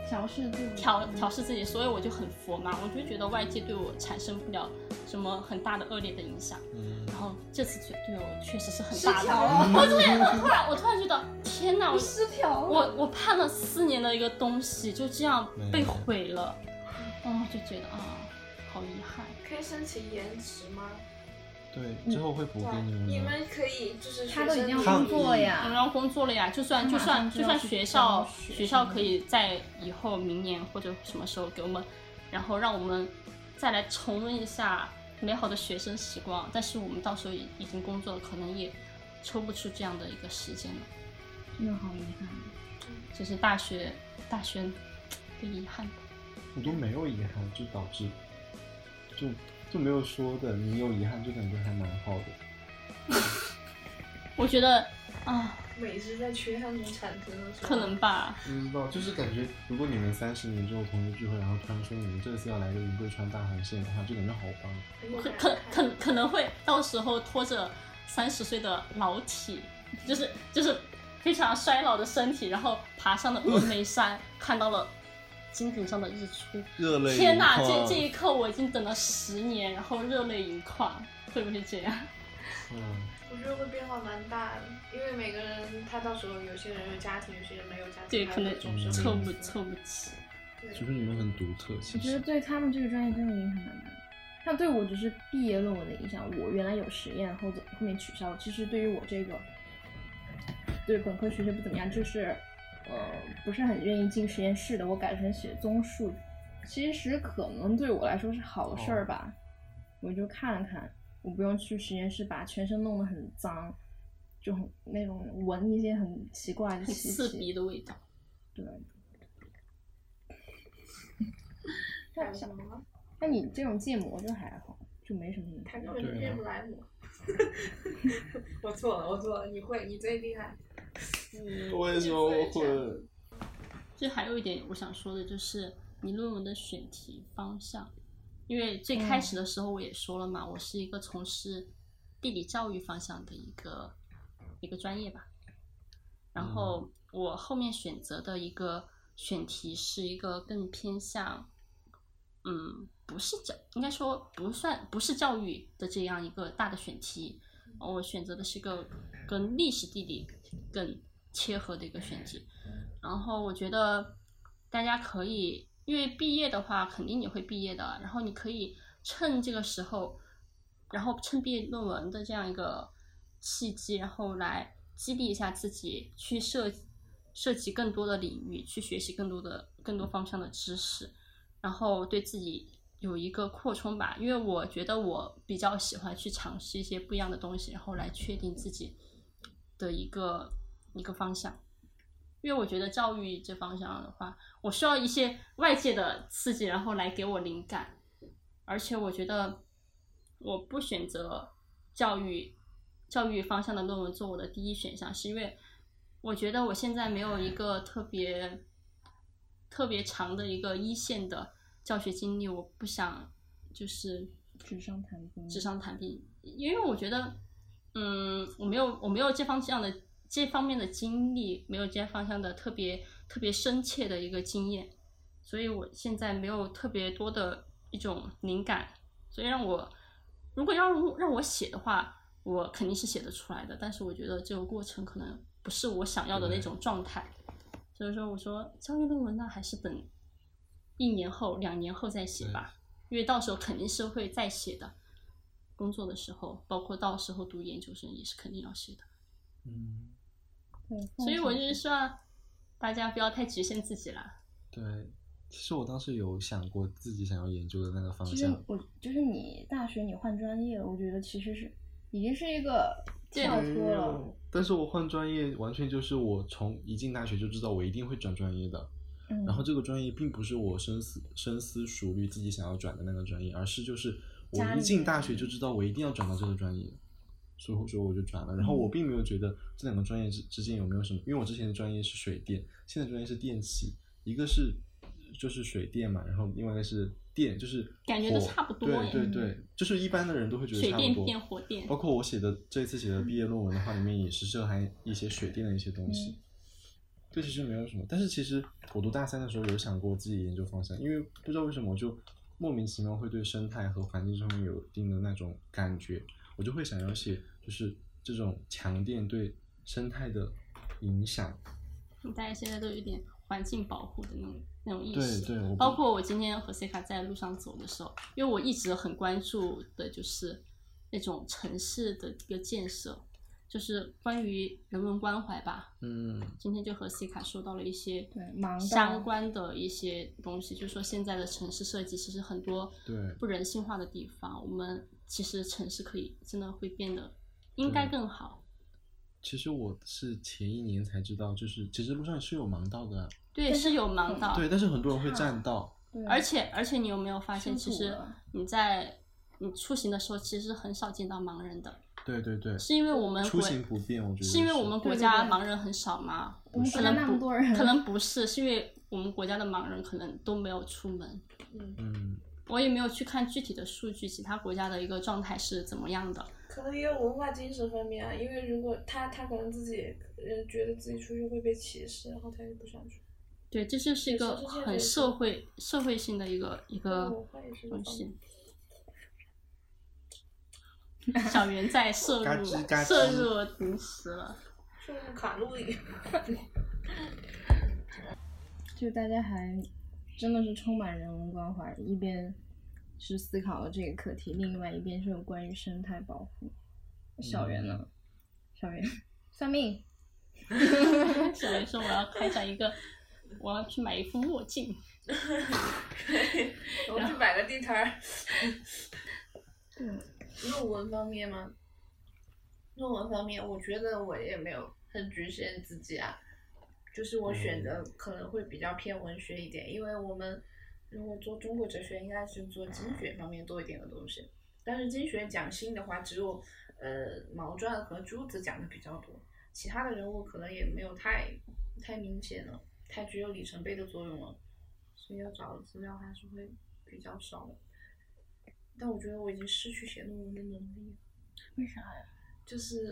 B: 调试自己，
A: 调调试自己，所以我就很佛嘛，我就觉得外界对我产生不了什么很大的恶劣的影响。
C: 嗯，
A: 然后这次对我确实是很大的，
B: 失调了
A: 我突然我突然我突然觉得，天哪，我
B: 失调了，
A: 我我盼了四年的一个东西就这样被毁了，哦，就觉得啊，好遗憾。
D: 可以申请延迟吗？
C: 对，之后会补给你们。
D: 你们可以就是
B: 他都已经要工作了呀，
A: 我们要工作了呀，就算就算就算学校
B: 学
A: 学校可以在以后明年或者什么时候给我们，然后让我们再来重温一下美好的学生时光，但是我们到时候已已经工作了，可能也抽不出这样的一个时间了，
B: 真的好遗憾。
A: 这是大学大学的遗憾。
C: 我都没有遗憾，就导致就就没有说的，你有遗憾就感觉还蛮好的。
A: 我觉得啊，
D: 美是在缺憾中产生的，
A: 可能吧。
C: 不知道，就是感觉如果你们三十年之后同学聚会，然后突然说你们这次要来个云贵川大环线的话，就感觉好棒。
A: 可可可可能会到时候拖着三十岁的老体，就是就是非常衰老的身体，然后爬上了峨眉山，看到了金顶上的日出，
C: 热泪盈眶。
A: 天哪，这这一刻我已经等了十年，然后热泪盈眶，会不会这样？
C: 嗯，
D: 我觉得会变化蛮大的，因为每个人他到时候有些人有家庭，有些人没有家庭，
A: 对，可能
D: 总是
A: 凑不凑不齐。
C: 就是你们很独特，其实。
B: 我觉得对他们这个专业真的影响蛮大。像对我只是毕业论文的影响，我原来有实验，后后面取消。其实对于我这个对本科学习不怎么样，就是呃不是很愿意进实验室的，我改成写综述，其实可能对我来说是好事儿吧。我就看了看，我不用去实验室把全身弄得很脏，就很那种闻一些很奇怪的
A: 很
B: 气
A: 刺鼻的味道。
B: 对。
D: 还有什么吗？
B: 那你这种芥末就还好，就没什么。
D: 他根本就变不来我。我错了，我错了，你会，你最厉害。
C: 嗯，为什么我会？
A: 就还有一点我想说的就是你论文的选题方向，因为最开始的时候我也说了嘛，嗯、我是一个从事地理教育方向的一个一个专业吧，然后我后面选择的一个选题是一个更偏向，嗯，不是教，应该说不算不是教育的这样一个大的选题，我选择的是一个跟历史地理更切合的一个选题。然后我觉得大家可以，因为毕业的话肯定你会毕业的，然后你可以趁这个时候，然后趁毕业论文的这样一个契机，然后来激励一下自己，去涉涉及更多的领域，去学习更多的更多方向的知识，然后对自己有一个扩充吧。因为我觉得我比较喜欢去尝试一些不一样的东西，然后来确定自己的一个一个方向。因为我觉得教育这方向的话，我需要一些外界的刺激，然后来给我灵感。而且我觉得我不选择教育教育方向的论文做我的第一选项，是因为我觉得我现在没有一个特别特别长的一个一线的教学经历，我不想就是
B: 纸上谈兵。
A: 纸上谈兵，因为我觉得，嗯，我没有我没有这方这样的。这方面的经历，没有这方向的特别特别深切的一个经验，所以我现在没有特别多的一种灵感，所以让我如果要让我写的话，我肯定是写得出来的，但是我觉得这个过程可能不是我想要的那种状态，所以说我说教育论文呢，还是等一年后、两年后再写吧，因为到时候肯定是会再写的，工作的时候，包括到时候读研究生也是肯定要写的。
C: 嗯。
A: 所以我就是希望大家不要太局限自己了。
C: 对，其实我当时有想过自己想要研究的那个方向。
B: 其实我就是你大学你换专业，我觉得其实是已经是一个跳脱了。
C: 但是我换专业完全就是我从一进大学就知道我一定会转专业的，嗯、然后这个专业并不是我深思深思熟虑自己想要转的那个专业，而是就是我一进大学就知道我一定要转到这个专业。所以说我就转了，然后我并没有觉得这两个专业之之间有没有什么，因为我之前的专业是水电，现在专业是电气，一个是就是水电嘛，然后另外一个是电，就是
A: 感觉都差不多。
C: 对对对，就是一般的人都会觉得差不多。
A: 水电变火电，
C: 包括我写的这次写的毕业论文的话，里面也是涉含一些水电的一些东西。 对，其实没有什么。但是其实我读大三的时候有想过自己研究方向，因为不知道为什么我就莫名其妙会对生态和环境上面有一定的那种感觉，我就会想要写就是这种强调对生态的影响。
A: 大家现在都有点环境保护的那种那种意识，
C: 对对，
A: 包括我今天和 Seka 在路上走的时候，因为我一直很关注的就是那种城市的一个建设。就是关于人文关怀吧，
C: 嗯，
A: 今天就和 Seka 说到了一些
B: 对盲道
A: 相关的一些东西，就是说现在的城市设计其实很多
C: 对
A: 不人性化的地方，我们其实城市可以真的会变得应该更好。
C: 其实我是前一年才知道，就是其实路上是有盲道的，
A: 对，是有盲道，
C: 对，但是很多人会占道，
A: 而且而且你有没有发现，其实
B: 辛苦了
A: 你在你出行的时候，其实很少见到盲人的。
C: 对对对，
A: 是因为我们
C: 出
A: 国
C: 行不便，我觉得
A: 是因为我们国家盲人很少吗？
B: 我们国家
A: 可能不
B: 那么多人，
A: 可能不是，是因为我们国家的盲人可能都没有出门。
D: 嗯，
C: 嗯，
A: 我也没有去看具体的数据，其他国家的一个状态是怎么样的。
E: 可能也有文化精神方面啊，因为如果他他可能自己呃觉得自己出去会被歧视，然后他也不想去。
A: 对，这就是一个
E: 对其实现在
A: 很
E: 也是
A: 社会社会性的一个一个
E: 文化也是一个
A: 东西
E: 方面。
A: 小圆在摄
C: 嘎
A: 入
C: 吱嘎吱
A: 摄入零食了。
E: 摄入卡路里。
B: 就大家还真的是充满人文关怀，一边是思考了这个课题，另外一边是有关于生态保护。小圆呢？小圆，算命。
A: 小圆说我要开展一个，我要去买一副墨镜。
E: 我去摆个地摊儿。
B: 对。
E: 论文方面吗？论文方面，我觉得我也没有很局限自己啊，就是我选的可能会比较偏文学一点，因为我们如果做中国哲学，应该是做经学方面多一点的东西。但是经学讲心的话，只有呃毛传和朱子讲的比较多，其他的人物可能也没有太太明显了，太具有里程碑的作用了，所以要找的资料还是会比较少的。但我觉得我已经失去写论文的能力了。
B: 为啥呀？
E: 就是，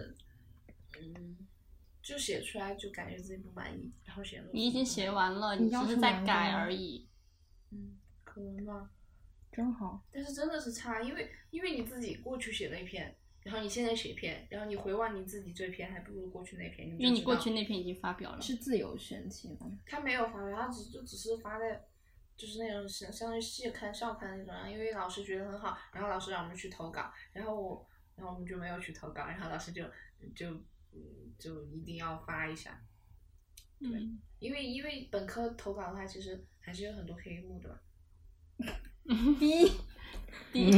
E: 嗯，就写出来就感觉自己不满意，然后写论文。
A: 你已经写完了，
B: 你
A: 你只是在改而已。
E: 嗯，可能吧。
B: 真好。
E: 但是真的是差，因为因为你自己过去写了一篇，然后你现在写一篇，然后你回望你自己这篇，还不如过去那篇。你
A: 因为你过去那篇已经发表了。
B: 是自由选题吗？
E: 他没有发表，他只就只是发在。就是那种相相当于系刊校刊那种啊，因为老师觉得很好，然后老师让我们去投稿，然后我然后我们就没有去投稿，然后老师就就嗯就一定要发一下，对，
A: 嗯，
E: 因为因为本科投稿的话，其实还是有很多黑幕的吧。
B: 逼
A: 逼，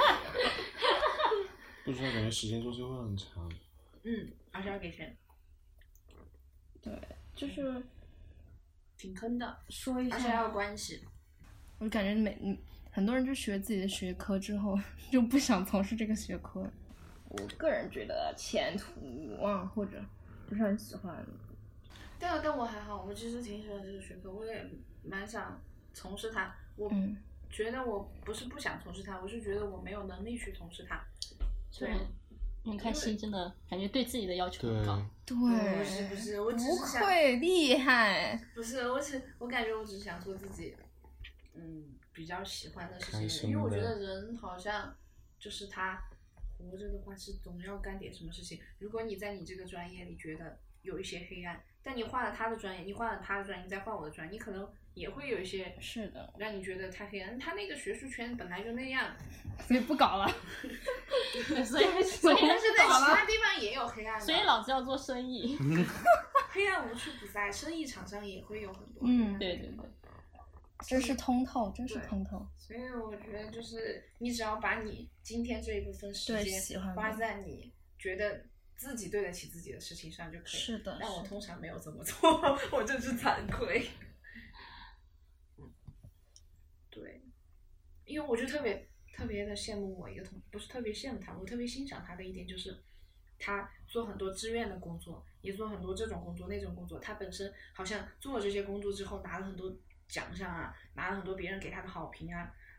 C: 不知道感觉时间周期会很长。
E: 嗯，而且要给钱。
B: 对，就是
E: 挺坑的，
B: 说一下，
E: 而且还有关系。
B: 我感觉每很多人就学自己的学科之后就不想从事这个学科。我个人觉得前途无望，或者不是很喜欢。
E: 但但我还好，我其实挺喜欢这个学科，我也蛮想从事它。我觉得我不是不想从事它，我是觉得我没有能力去从事它。对。
A: 很开心，真的感觉对自己的要求很高。
B: 对，
E: 不是不是，我只是想。
B: 不会厉害。
E: 不是，我只我感觉我只想做自己，嗯，比较喜欢的事情，因为我觉得人好像就是他活着的话是总要干点什么事情。如果你在你这个专业里觉得有一些黑暗，但你换了他的专业，你换了他的专业，你再换我的专业，你可能也会有一些
B: 是的，
E: 让你觉得太黑暗。他那个学术圈本来就那样，
B: 所以不搞了。
A: 所以所以
E: 但是在其他地方也有黑暗的。
A: 所以老子要做生意。
E: 黑暗无处不在，生意场上也会有很多。
B: 嗯，
A: 对对对，
B: 这是通透，真是通透。
E: 所以我觉得就是你只要把你今天这一部分时间花在你觉得自己对得起自己的事情上就可以。
B: 是的。
E: 但我通常没有这么做，我真是惭愧。对，因为我就特别特别的羡慕我一个同，不是特别羡慕他，我特别欣赏他的一点就是，他做很多志愿的工作，也做很多这种工作那种工作。他本身好像做了这些工作之后，拿了很多奖项啊，拿了很多别人给他的好评啊，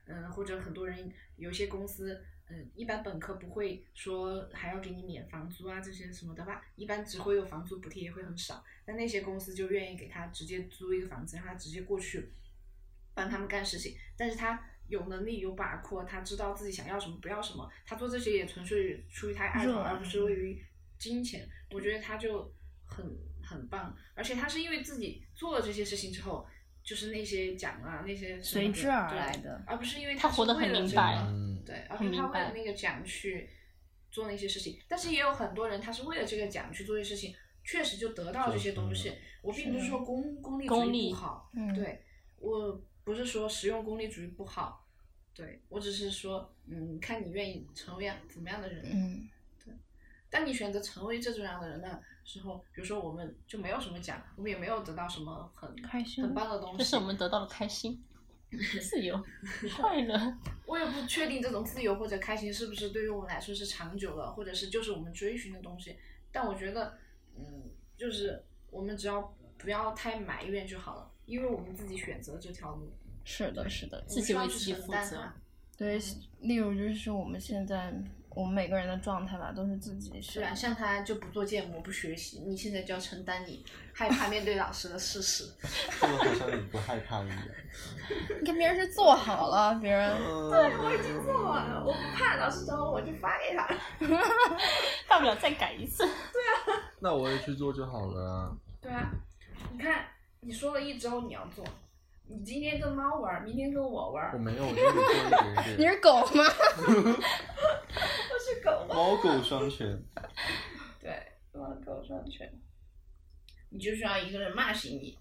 E: 嗯，或者很多人有些公司，嗯，一般本科不会说还要给你免房租啊这些什么的吧，一般只会有房租补贴，也会很少。但那些公司就愿意给他直接租一个房子，让他直接过去帮他们干事情。但是他有能力有把握，他知道自己想要什么不要什么，他做这些也纯粹出于他爱好，而不是为于金钱。我觉得他就很很棒，而且他是因为自己做了这些事情之后。就是那些奖啊，那些
B: 随之而来的，
E: 而不是因为
A: 他活得很明白，
E: 对，而是他为了那个奖去做那些事情。但是也有很多人，他是为了这个奖去做这些事情，确实就得到这些东西。我并不是说功功利主义不好，对，我不是说实用功利主义不好，对我只是说，嗯，看你愿意成为样怎么样的人，
B: 嗯，
E: 对。当你选择成为这种样的人呢？时候，比如说我们就没有什么奖，我们也没有得到什么很
B: 开心、
E: 很棒的东西，
A: 这是我们得到的开心、自由、快乐。
E: 我也不确定这种自由或者开心是不是对于我们来说是长久的，或者是就是我们追寻的东西。但我觉得，嗯，就是我们只要不要太埋怨就好了，因为我们自己选择这条路。
B: 是的，是的，
A: 自己为自己负责。
B: 对，例如就是我们现在。我们每个人的状态吧，都是自己
E: 是啊，像他就不做建模不学习，你现在就要承担你害怕面对老师的事实。
C: 这个好像你不害怕一样。
B: 你看别人是做好了，别人。
E: 对，我已经做完了，我不怕老师找我，我就发给他。
A: 大不了再改一次。对
C: 啊。那我也去做就好了。
E: 对啊，你看，你说了一周你要做。你今天跟猫玩，明天跟我玩。
C: 我没有，我就做一点点。
B: 你是狗吗？
E: 我是狗吗？
C: 猫狗双全。
E: 对，猫狗双全。你就需要一个人骂醒你。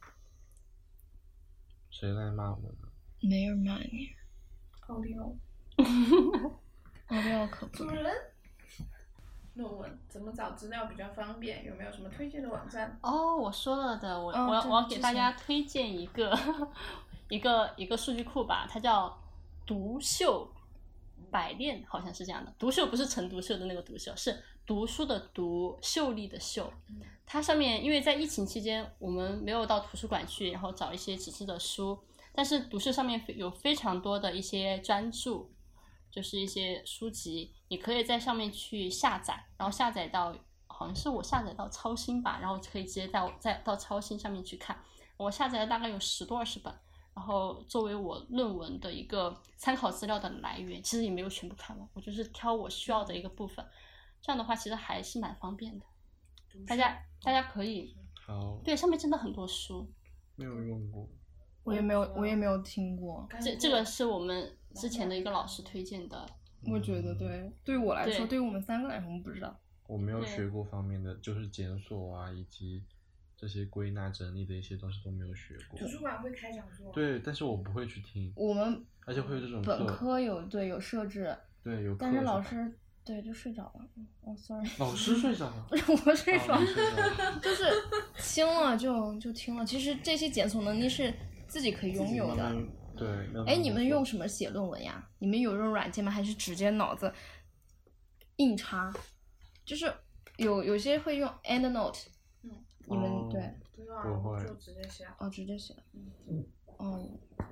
C: 谁来骂我呢？
B: 没人骂你。
E: 奥利奥。
B: 奥利奥可不。
E: 主人。论文怎么找资料比较方便？有没有什么推荐的网站？
A: 哦，我说了的，我、
B: 哦、
A: 我我要给大家推荐一个一个一个数据库吧，它叫读秀百炼，好像是这样的。读秀不是陈独秀的那个读秀，是读书的读，秀丽的秀。它上面因为在疫情期间，我们没有到图书馆去，然后找一些纸质的书，但是读秀上面有非常多的一些专著。就是一些书籍，你可以在上面去下载，然后下载到，好像是我下载到超星吧，然后可以直接在在到超星上面去看。我下载了大概有十多二十本，然后作为我论文的一个参考资料的来源，其实也没有全部看完，我就是挑我需要的一个部分。这样的话，其实还是蛮方便的。大家大家可以，
C: 好，
A: 对，上面真的很多书。
C: 没有用过。
B: 我也没有，我也没有听过。
A: 这这个是我们之前的一个老师推荐的。
B: 我觉得对，对于我来说，对于我们三个来说，我们不知道。
C: 我没有学过方面的，就是检索啊，以及这些归纳整理的一些东西都没有学过。
E: 图书馆会开讲座。
C: 对，但是我不会去听。
B: 我们
C: 而且会有这种
B: 本科有对有设置。
C: 对，有。
B: 但是老师对就睡着了。哦 ，sorry。
C: 老师睡着了。
B: 不是我睡着了，就是听了就就听了。其实这些检索能力是自己可以拥有的。
C: 对。
B: 哎，你们用什么写论文呀？你们有用软件吗？还是直接脑子硬插？就是有有些会用 EndNote。
E: 嗯。
B: 你们、哦、对。
E: 不会。就直接写。
B: 哦，直接写。
E: 嗯。
B: 哦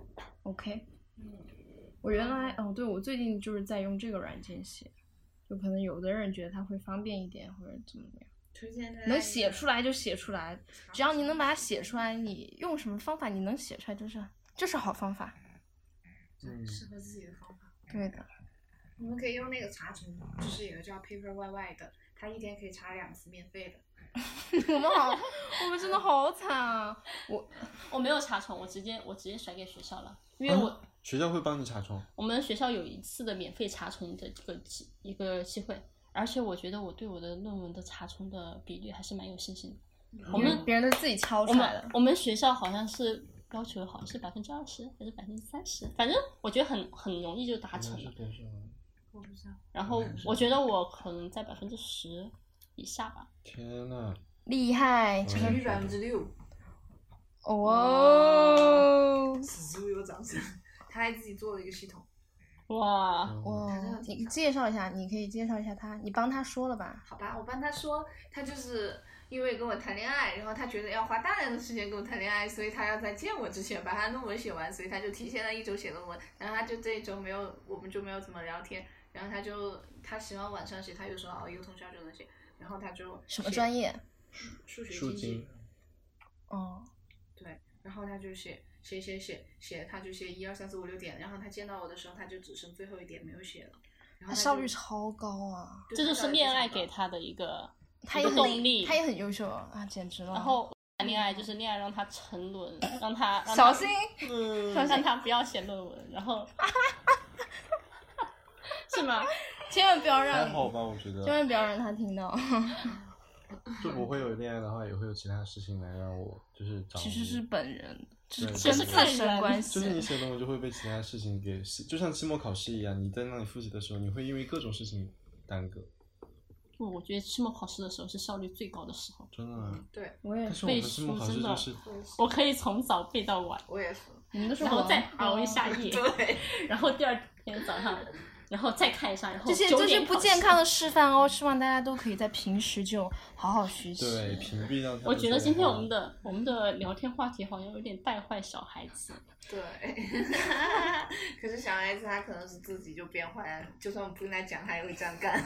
B: ，OK。
E: 嗯。
B: 我原来哦，对，我最近就是在用这个软件写，就可能有的人觉得它会方便一点，或者怎么样。
E: 推荐
B: 能写出来就写出来，只要你能把它写出来，你用什么方法你能写出来，就是这是好方法。
E: 嗯，适合自己的方法。
B: 对的。
E: 你们可以用那个查重，就是有个叫 Paperwhite 的，它一天可以查两次免费的。
B: 我们好，我们真的好惨啊！我
A: 我没有查重，我直接我直接甩给学校了，因为我、
C: 啊、学校会帮你查重。
A: 我们学校有一次的免费查重的这个机一个机会，而且我觉得我对我的论文的查重的比率还是蛮有信心的。我们
B: 别人都自己敲出来的。
A: 我们我们学校好像是要求好像是百分之二十还是百分之三十，反正我觉得很很容易就达成了。
E: 我不知道。
A: 然后我觉得我可能在百分之十以下吧。
C: 天呐！
B: 厉害！
E: 成率百分之六。
B: 哦。
E: 此处有掌声。他还自己做了一个系统。
A: 哇
B: 哇！你介绍一下，你可以介绍一下他，你帮他说了吧？
E: 好吧，我帮他说，他就是因为跟我谈恋爱，然后他觉得要花大量的时间跟我谈恋爱，所以他要在见我之前把他论文写完，所以他就提前了一周写论文，然后他就这一周没有，我们就没有怎么聊天，然后他就他喜欢晚上写，他有时候熬夜通宵就能写，然后他就
B: 什么专业？
E: 数学
C: 数
E: 经济。
B: 哦。
E: 对，然后他就写写写写写，他就写一二三四五六点，然后他见到我的时候，他就只剩最后一点没有写了。然后
B: 他效率超高啊！
A: 这就是恋爱给他的一个
B: 他也很
A: 动力，
B: 他也很优秀啊，简直了。
A: 然后谈恋爱就是恋爱让他沉沦，让他让
B: 小心，
A: 嗯，让他不要写论文，然后是吗？
B: 千万不要让，
C: 还好吧，我觉得，
B: 千万不要让他听到。
C: 就不会有恋爱的话，也会有其他事情来让我就是找你。
B: 其实是本人，就是
A: 其实
B: 自身关系。
C: 就是你写论文就会被其他事情给，就像期末考试一样，你在那里复习的时候，你会因为各种事情耽搁。
A: 不，我觉得期末考试的时候是效率最高的时候。
C: 真的啊？
E: 对，
B: 我也
C: 但是我们期末考试就是，
A: 我可以从早背到晚。
E: 我也是。
B: 你们都是
A: 然后再熬一下夜，
E: 对，
A: 然后第二天早上。然后再看一下，然后
B: 这些就是不健康的示范哦，希望大家都可以在平时就好好学习。
C: 对，屏蔽掉他。
A: 我觉得今天我们的我们的聊天话题好像有点带坏小孩子。
E: 对，可是小孩子他可能是自己就变坏了，就算我不跟他讲，他也会这样干。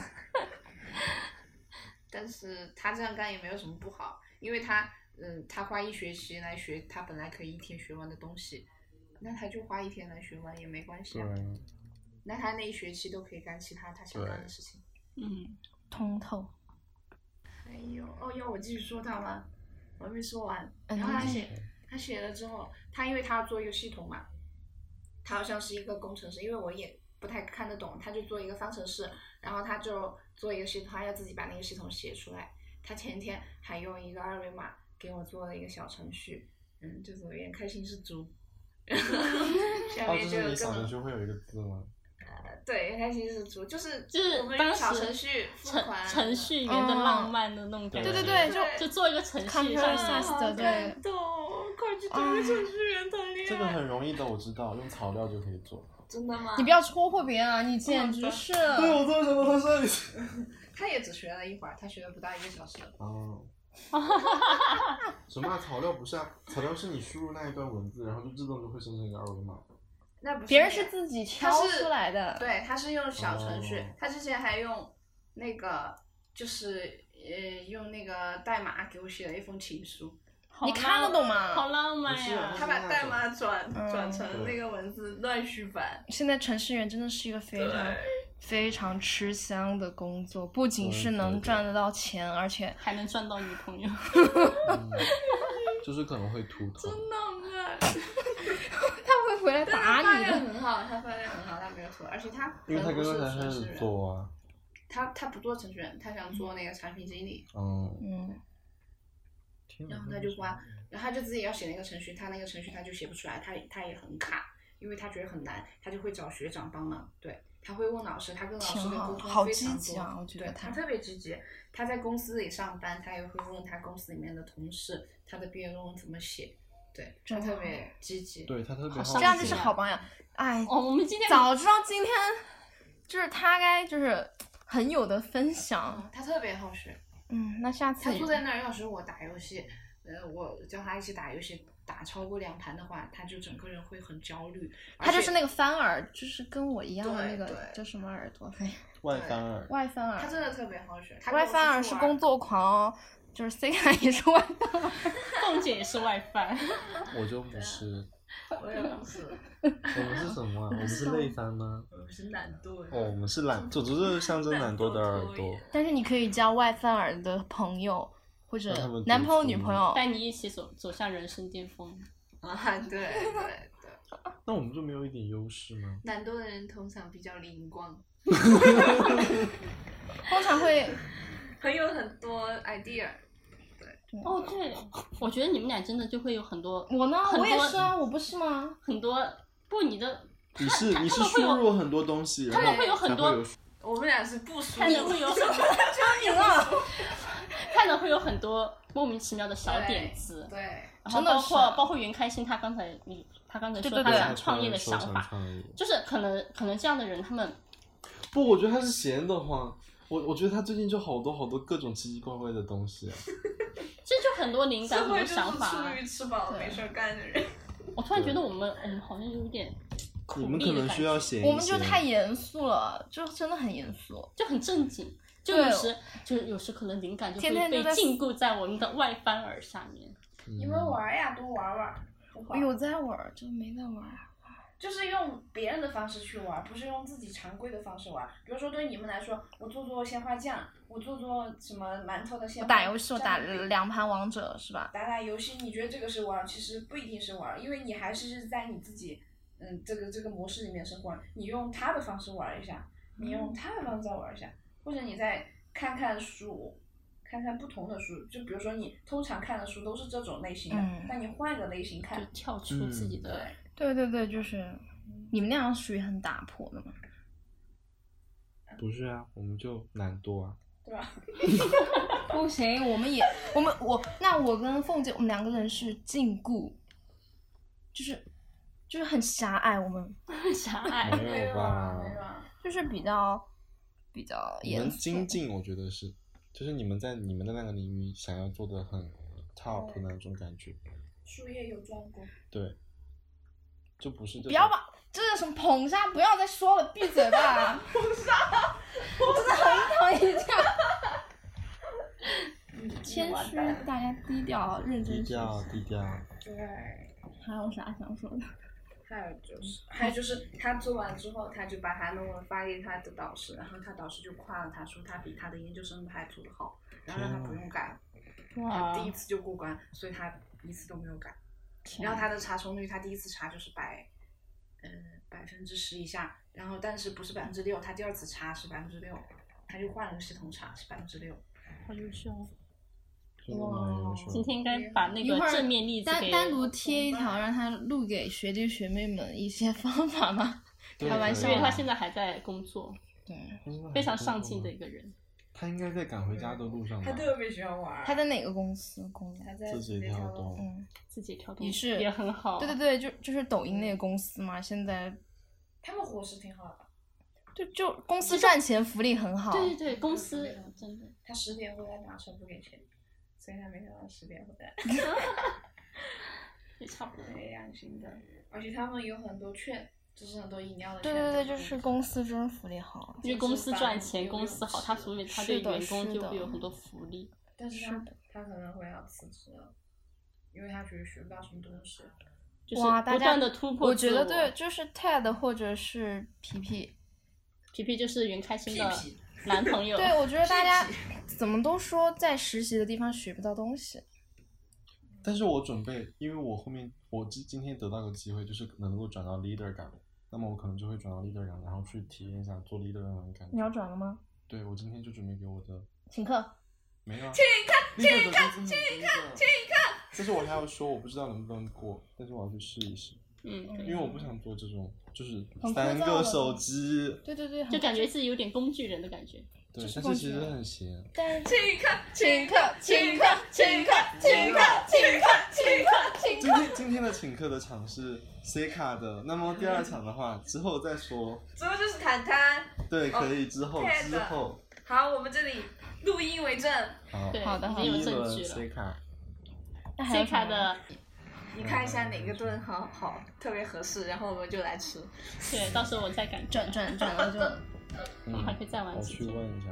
E: 但是他这样干也没有什么不好，因为他嗯，他花一学期来学他本来可以一天学完的东西，那他就花一天来学完也没关系啊。
C: 对。
E: 那他那一学期都可以干其他他想干的事情。
A: 嗯，
B: 通透。
E: 还有哦，要我继续说他吗？我还没说完。然后他写，他写了之后，他因为他要做一个系统嘛，他好像是一个工程师，因为我也不太看得懂，他就做一个方程式，然后他就做一个系统，他要自己把那个系统写出来。他前天还用一个二维码给我做了一个小程序，嗯，就是有点开心是猪。下面就有
C: 哦，就是你小程序会有一个字吗？
E: 对，开心是猪，就是
A: 就是
E: 我们用小程序付款，
A: 程序员的浪漫的那种感觉。
B: 对对对，就
A: 就做一个程序上
B: 的，对。
E: 对，快去当个程序员谈恋爱。
C: 这个很容易的，我知道，用草料就可以做。
E: 真的吗？
B: 你不要戳破别人啊！你简直是。
C: 对，我这么想的，他是。
E: 他也只学了一会儿，他学了不到一个小时。
C: 哦。什么、啊？草料不是啊，草料是你输入那一段文字，然后就自动就会生成一个二维码。
E: 那不是
B: 别人是自己挑出来的。
E: 对，他是用小程序，
C: 哦、
E: 他之前还用那个就是呃用那个代码给我写了一封情书。
B: 你看得懂吗？
A: 好浪漫呀！
E: 他把代码转、嗯、转成那个文字乱序版。
B: 现在程序员真的是一个非常非常吃香的工作，不仅是能赚得到钱，而且
A: 还能赚到女朋友。
C: 嗯、就是可能会秃头。
E: 真浪漫。
B: 他会回来打你的。
E: 他很好，他发现很好，他没有秃，而且他
C: 因为他刚刚才开始做啊。
E: 他他不做程序员，他想做那个产品经理。
C: 嗯。
B: 嗯。
E: 然后他就花，然后他就自己要写那个程序，他那个程序他就写不出来，他他也很卡，因为他觉得很难，他就会找学长帮忙，对，他会问老师，他跟老师的沟通非常多，
B: 好积极啊，我觉得
E: 他特别积极。他在公司里上班，他也会问他公司里面的同事，他的毕业论文怎么写，对，他特别积极，
C: 对他特别
B: 好，这样就是好榜样。哎，
A: 哦，我们今天
B: 早知道今天就是他该就是很有的分享，
E: 嗯、他特别好学。
B: 嗯，那下次
E: 他坐在那儿，要是我打游戏，呃，我叫他一起打游戏，打超过两盘的话，他就整个人会很焦虑。
B: 他就是那个翻耳，就是跟我一样的那个叫什么耳朵？
C: 外翻耳。
B: 外翻耳。
E: 他真的特别好学。
B: 外翻耳是工作狂哦，就是 C 卡也是外翻耳，
A: 凤姐也是外翻。
C: 我就不是。
E: 我也不是。
C: 我们是什么啊？我们是内翻吗？
E: 我们是懒惰。
C: 哦，我们是懒，就只是象征懒惰的耳朵。
B: 但是你可以交外翻耳的朋友或者男朋友、女朋友，
A: 带你一起走走向人生巅峰。
E: 啊，对对对。
C: 那我们就没有一点优势吗？
E: 懒惰的人通常比较灵光。
B: 通常会
E: 很有很多 idea。
A: 哦，对，我觉得你们俩真的就会有很多。
B: 我呢，我也是啊，我不是吗？
A: 很多不，你的。
C: 你是你是输入很多东西，
A: 他们会有很多。
E: 我们俩是不输入。
A: 看着会有很多。
B: 教你了。
A: 看着会有很多莫名其妙的小点子。
E: 对。
A: 然后包括包括袁开心，他刚才你他刚才说他想创业的想法，就是可能可能这样的人他们。
C: 不，我觉得他是闲得慌。 我我觉得他最近就好多好多各种奇奇怪怪的东西啊。
A: 这就很多灵感，很多想法。
E: 出于吃饱了没事干的人。
A: 我突然觉得我们我们好像有点苦
C: 你们可
A: 力的感
C: 能需要
A: 觉，
C: 写一写。
B: 我们就太严肃了，就真的很严肃，
A: 就很正经。就有时就有时可能灵感就会被禁锢在我们的外翻耳下面。
E: 你们玩呀，多玩玩。
B: 我有在玩，就没在玩。
E: 就是用别人的方式去玩，不是用自己常规的方式玩。比如说对你们来说，我做做鲜花酱，我做做什么馒头的鲜花。
B: 我打游戏，我打两盘王者是吧？
E: 打打游戏，你觉得这个是玩，其实不一定是玩，因为你还是在你自己嗯这个这个模式里面生活。你用他的方式玩一下，你用他的方式再玩一下，或者你再看看书。看看不同的书，就比如说你通常看的书都是这种类型的，嗯、那你换个类型看，
A: 就跳出自己的。
B: 嗯、对对对，就是你们那样属于很打破的嘛？
C: 不是啊，我们就懒惰啊。
E: 对吧？
B: 不行，我们也我们我那我跟凤姐，我们两个人是禁锢，就是就是很狭隘，我们
A: 很狭隘。
C: 没有吧？
B: 就是比较比较严肃。
C: 我们精进，我觉得是。就是你们在你们的那个领域想要做的很 top 的那种感觉，
E: 术业有专攻。
C: 对，就不是这。
B: 不要把这是什么捧杀，不要再说了，闭嘴吧！
E: 捧杀，
B: 我真的很讨厌这样。谦虚，大家低调，认真。
C: 低调，低调。
E: 对。
B: 还有啥想说的？
E: 还有就是，还有就是他做完之后，他就把他论文发给他的导师，然后他导师就夸了他，说他比他的研究生还做得好，然后让他不用改了，他第一次就过关，所以他一次都没有改。然后他的查重率，他第一次查就是百，呃百分之十以下，然后但是不是百分之六，他第二次查是百分之六，他就换了个系统查是百分之六。
A: 好优秀。
B: 哇！
A: 今天应该把那个正面例子
B: 给单单独贴一条，让他录给学弟学妹们一些方法吗？开玩笑，
A: 因为他现在还在工作，
B: 对，
A: 非常上进的一个人。
C: 他应该在赶回家的路上吧？
E: 他特别喜欢玩。
B: 他在哪个公司工作？
E: 他在
C: 字节跳动，
B: 嗯，
A: 字节跳动
B: 也是
A: 也很好。
B: 对对对，就就是抖音那个公司嘛，现在
E: 他们伙食挺好的。
B: 就就公司赚钱，福利很好。
A: 对对对，公司真的。
E: 他十点回来打车不给钱。所以他每天晚上十点回来，
A: 也差不多
E: 培养型的，而且他们有很多券，就是很多饮料的
B: 券。对对对，就是公司真福利好，
A: 因为公司赚钱，公司好，他所以他对员工就会有很多福利。
E: 但是他他可能会要辞职了，因为他觉得学不到什么东西。
A: 就是不断的突破
B: 我觉得对，就是 T E D 或者是皮皮，
A: 皮皮就是袁开心的男朋友。
B: 对，我觉得大家怎么都说在实习的地方学不到东西。
C: 但是我准备，因为我后面我今今天得到个机会，就是能够转到 leader 岗，那么我可能就会转到 leader 岗，然后去体验一下做 leader 的那种感觉。
B: 你要转了吗？
C: 对，我今天就准备给我的
B: 请客。
C: 没有啊。
E: 请客，请客，请
C: 客，
E: 请客。
C: 但是我还要说，我不知道能不能过，但是我要去试一试。
A: 嗯，
C: 因为我不想做这种，就是三个手机。
B: 对对对，
A: 就感觉自己有点工具人的感觉。
C: 对，但是其实很闲。
B: 但是
E: 请客，
B: 请客，请客，请客，请客，请客，请客，请客。
C: 今天今天的请客的场是 C 卡的，那么第二场的话之后再说。
E: 之后就是谈谈。
C: 对，可以之后之后。
E: 好，我们这里录音为证。
C: 好，
B: 好的，
A: 已经有证据了。
C: C 卡
A: ，C 卡的。
E: 你看一下哪个顿好好特别合适，然后我们就来吃。
A: 对，到时候我再赶
B: 转转转了就，
A: 我们还可以再玩
C: 我
A: 几天。
C: 去问一下。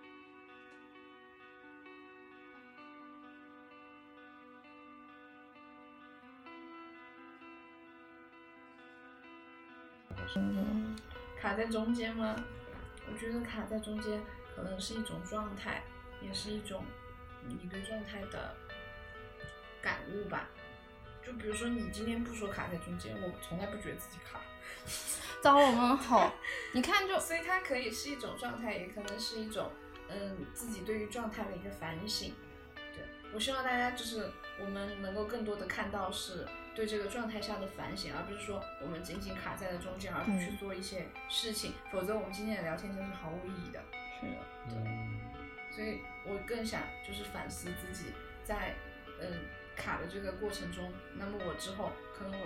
E: 卡在中间吗？我觉得卡在中间可能是一种状态，也是一种你对状态的感悟吧。就比如说你今天不说卡在中间，我从来不觉得自己卡。
B: 糟我们好，你看就，
E: 所以它可以是一种状态，也可能是一种嗯自己对于状态的一个反省。对，我希望大家就是我们能够更多的看到是对这个状态下的反省，而不是说我们仅仅卡在了中间，而不去做一些事情，嗯、否则我们今天的聊天真是毫无意义的。
B: 是的，
E: 对。嗯、所以我更想就是反思自己在嗯卡的这个过程中，那么我之后可能我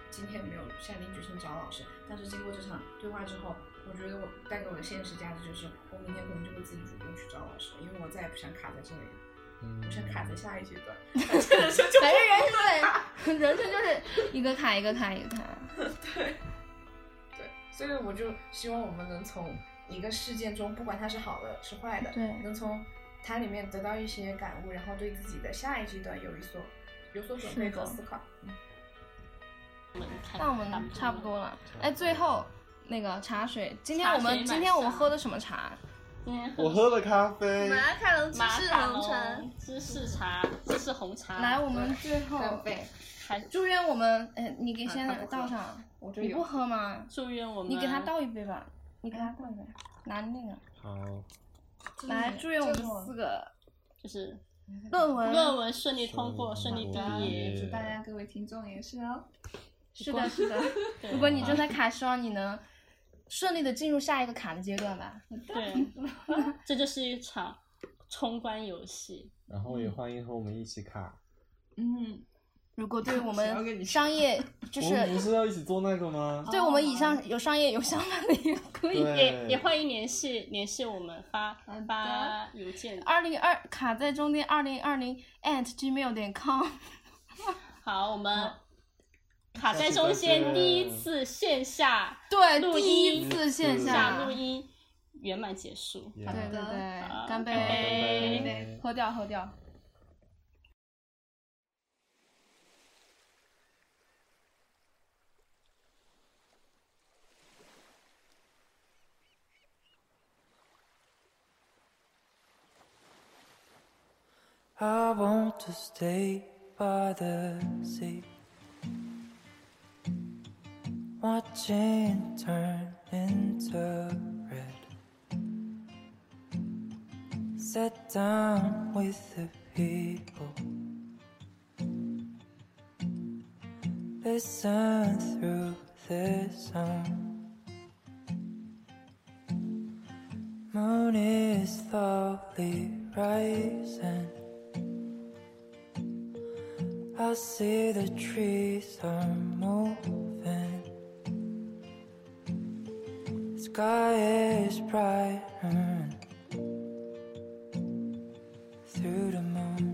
E: 今天没有下定决心找老师，但是经过这场对话之后，我觉得我带给我的现实价值就是，我明天可能就会自己主动去找老师，因为我再也不想卡在这里了。
C: 嗯，
E: 我想卡在下一阶段，
B: 反正人生对，人生就是一个卡一个卡一个卡。
E: 对，对，所以我就希望我们能从一个事件中，不管它是好的是坏的，
B: 对，
E: 能从它里面得到一些感悟，然后对自己的下一阶段有一所有所准备和思考。嗯，
B: 那我们差不多了。哎，最后那个茶水，今天我们今天我们喝的什么茶？
C: 我喝了咖啡，
D: 马卡龙芝士红茶，
A: 芝士茶，芝士红茶。
B: 来，我们最后还祝愿我们，哎，你给先倒上，你不喝吗？
A: 祝愿我们，
B: 你给他倒一杯吧，你给他倒一杯，拿那个。
C: 好。
B: 来，祝愿我们四个
A: 就是
B: 论文
A: 论文顺利通过，顺利毕业。
D: 祝大家各位听众也是哦。
B: 是的，是的。如果你正在卡，希望你能顺利的进入下一个卡的阶段吧。
A: 对，这就是一场冲关游戏。
C: 然后也欢迎和我们一起卡。
B: 嗯，如果对我们商业就是
C: 我们不是要一起做那个吗？
B: 对我们以上有商业有想法的也可以，
A: 也也欢迎联系联系我们发发邮件。
B: 二零二卡在中间二零二零 at gmail 点 com。
A: 好，我们。卡在中间第一次线下
B: 对
A: 录音，
B: 第一次线下
A: 录音圆满结束。
B: 对对对，干杯！
C: 干杯！
B: 喝掉喝掉。
F: I want to stay by the sea, watching turn into red. Sat down with the people, listen through the song. Moon is slowly rising, I see the trees are moving. Sky is bright through the moon.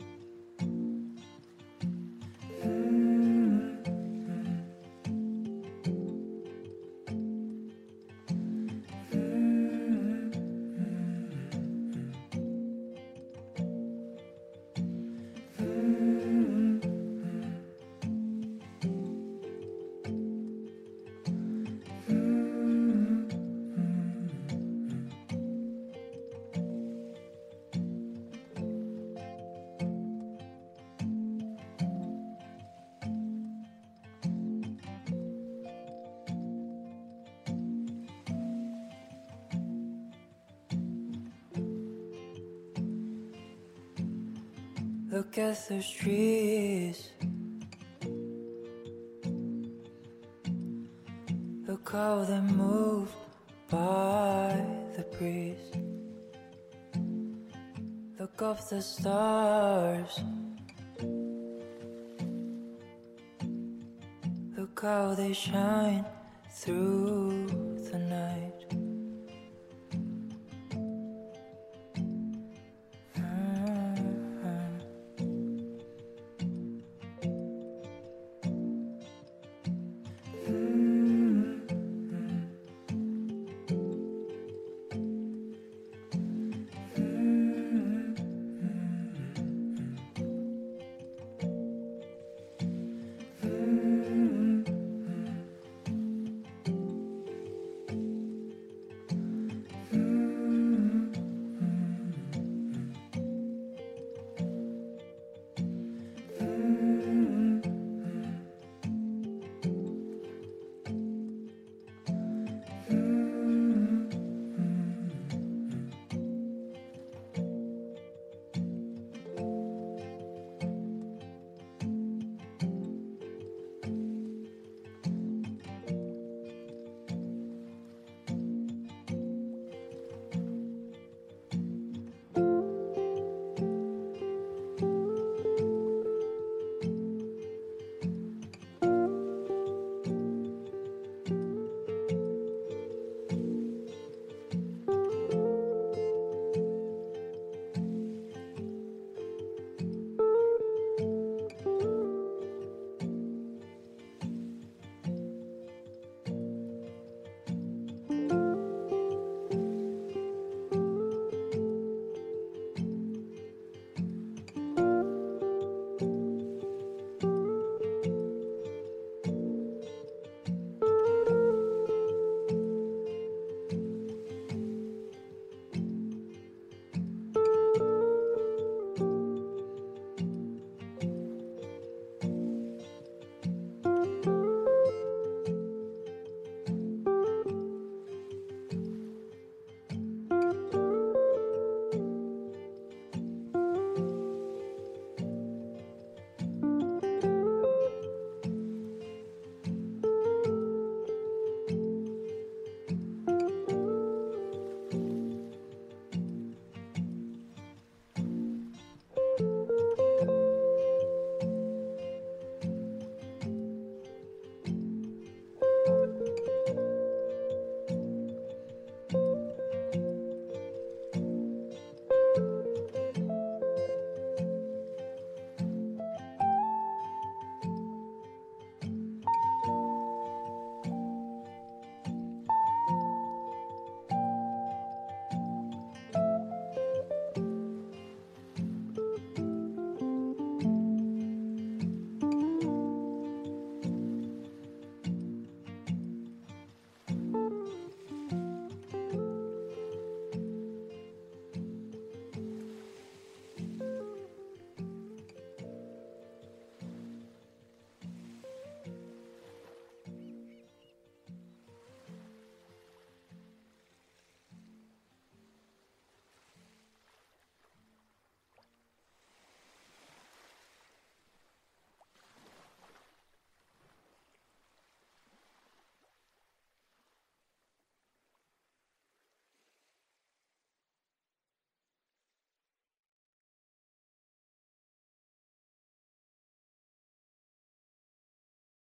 F: Look at those trees, look how they move by the breeze. Look up the stars, look how they shine through the night.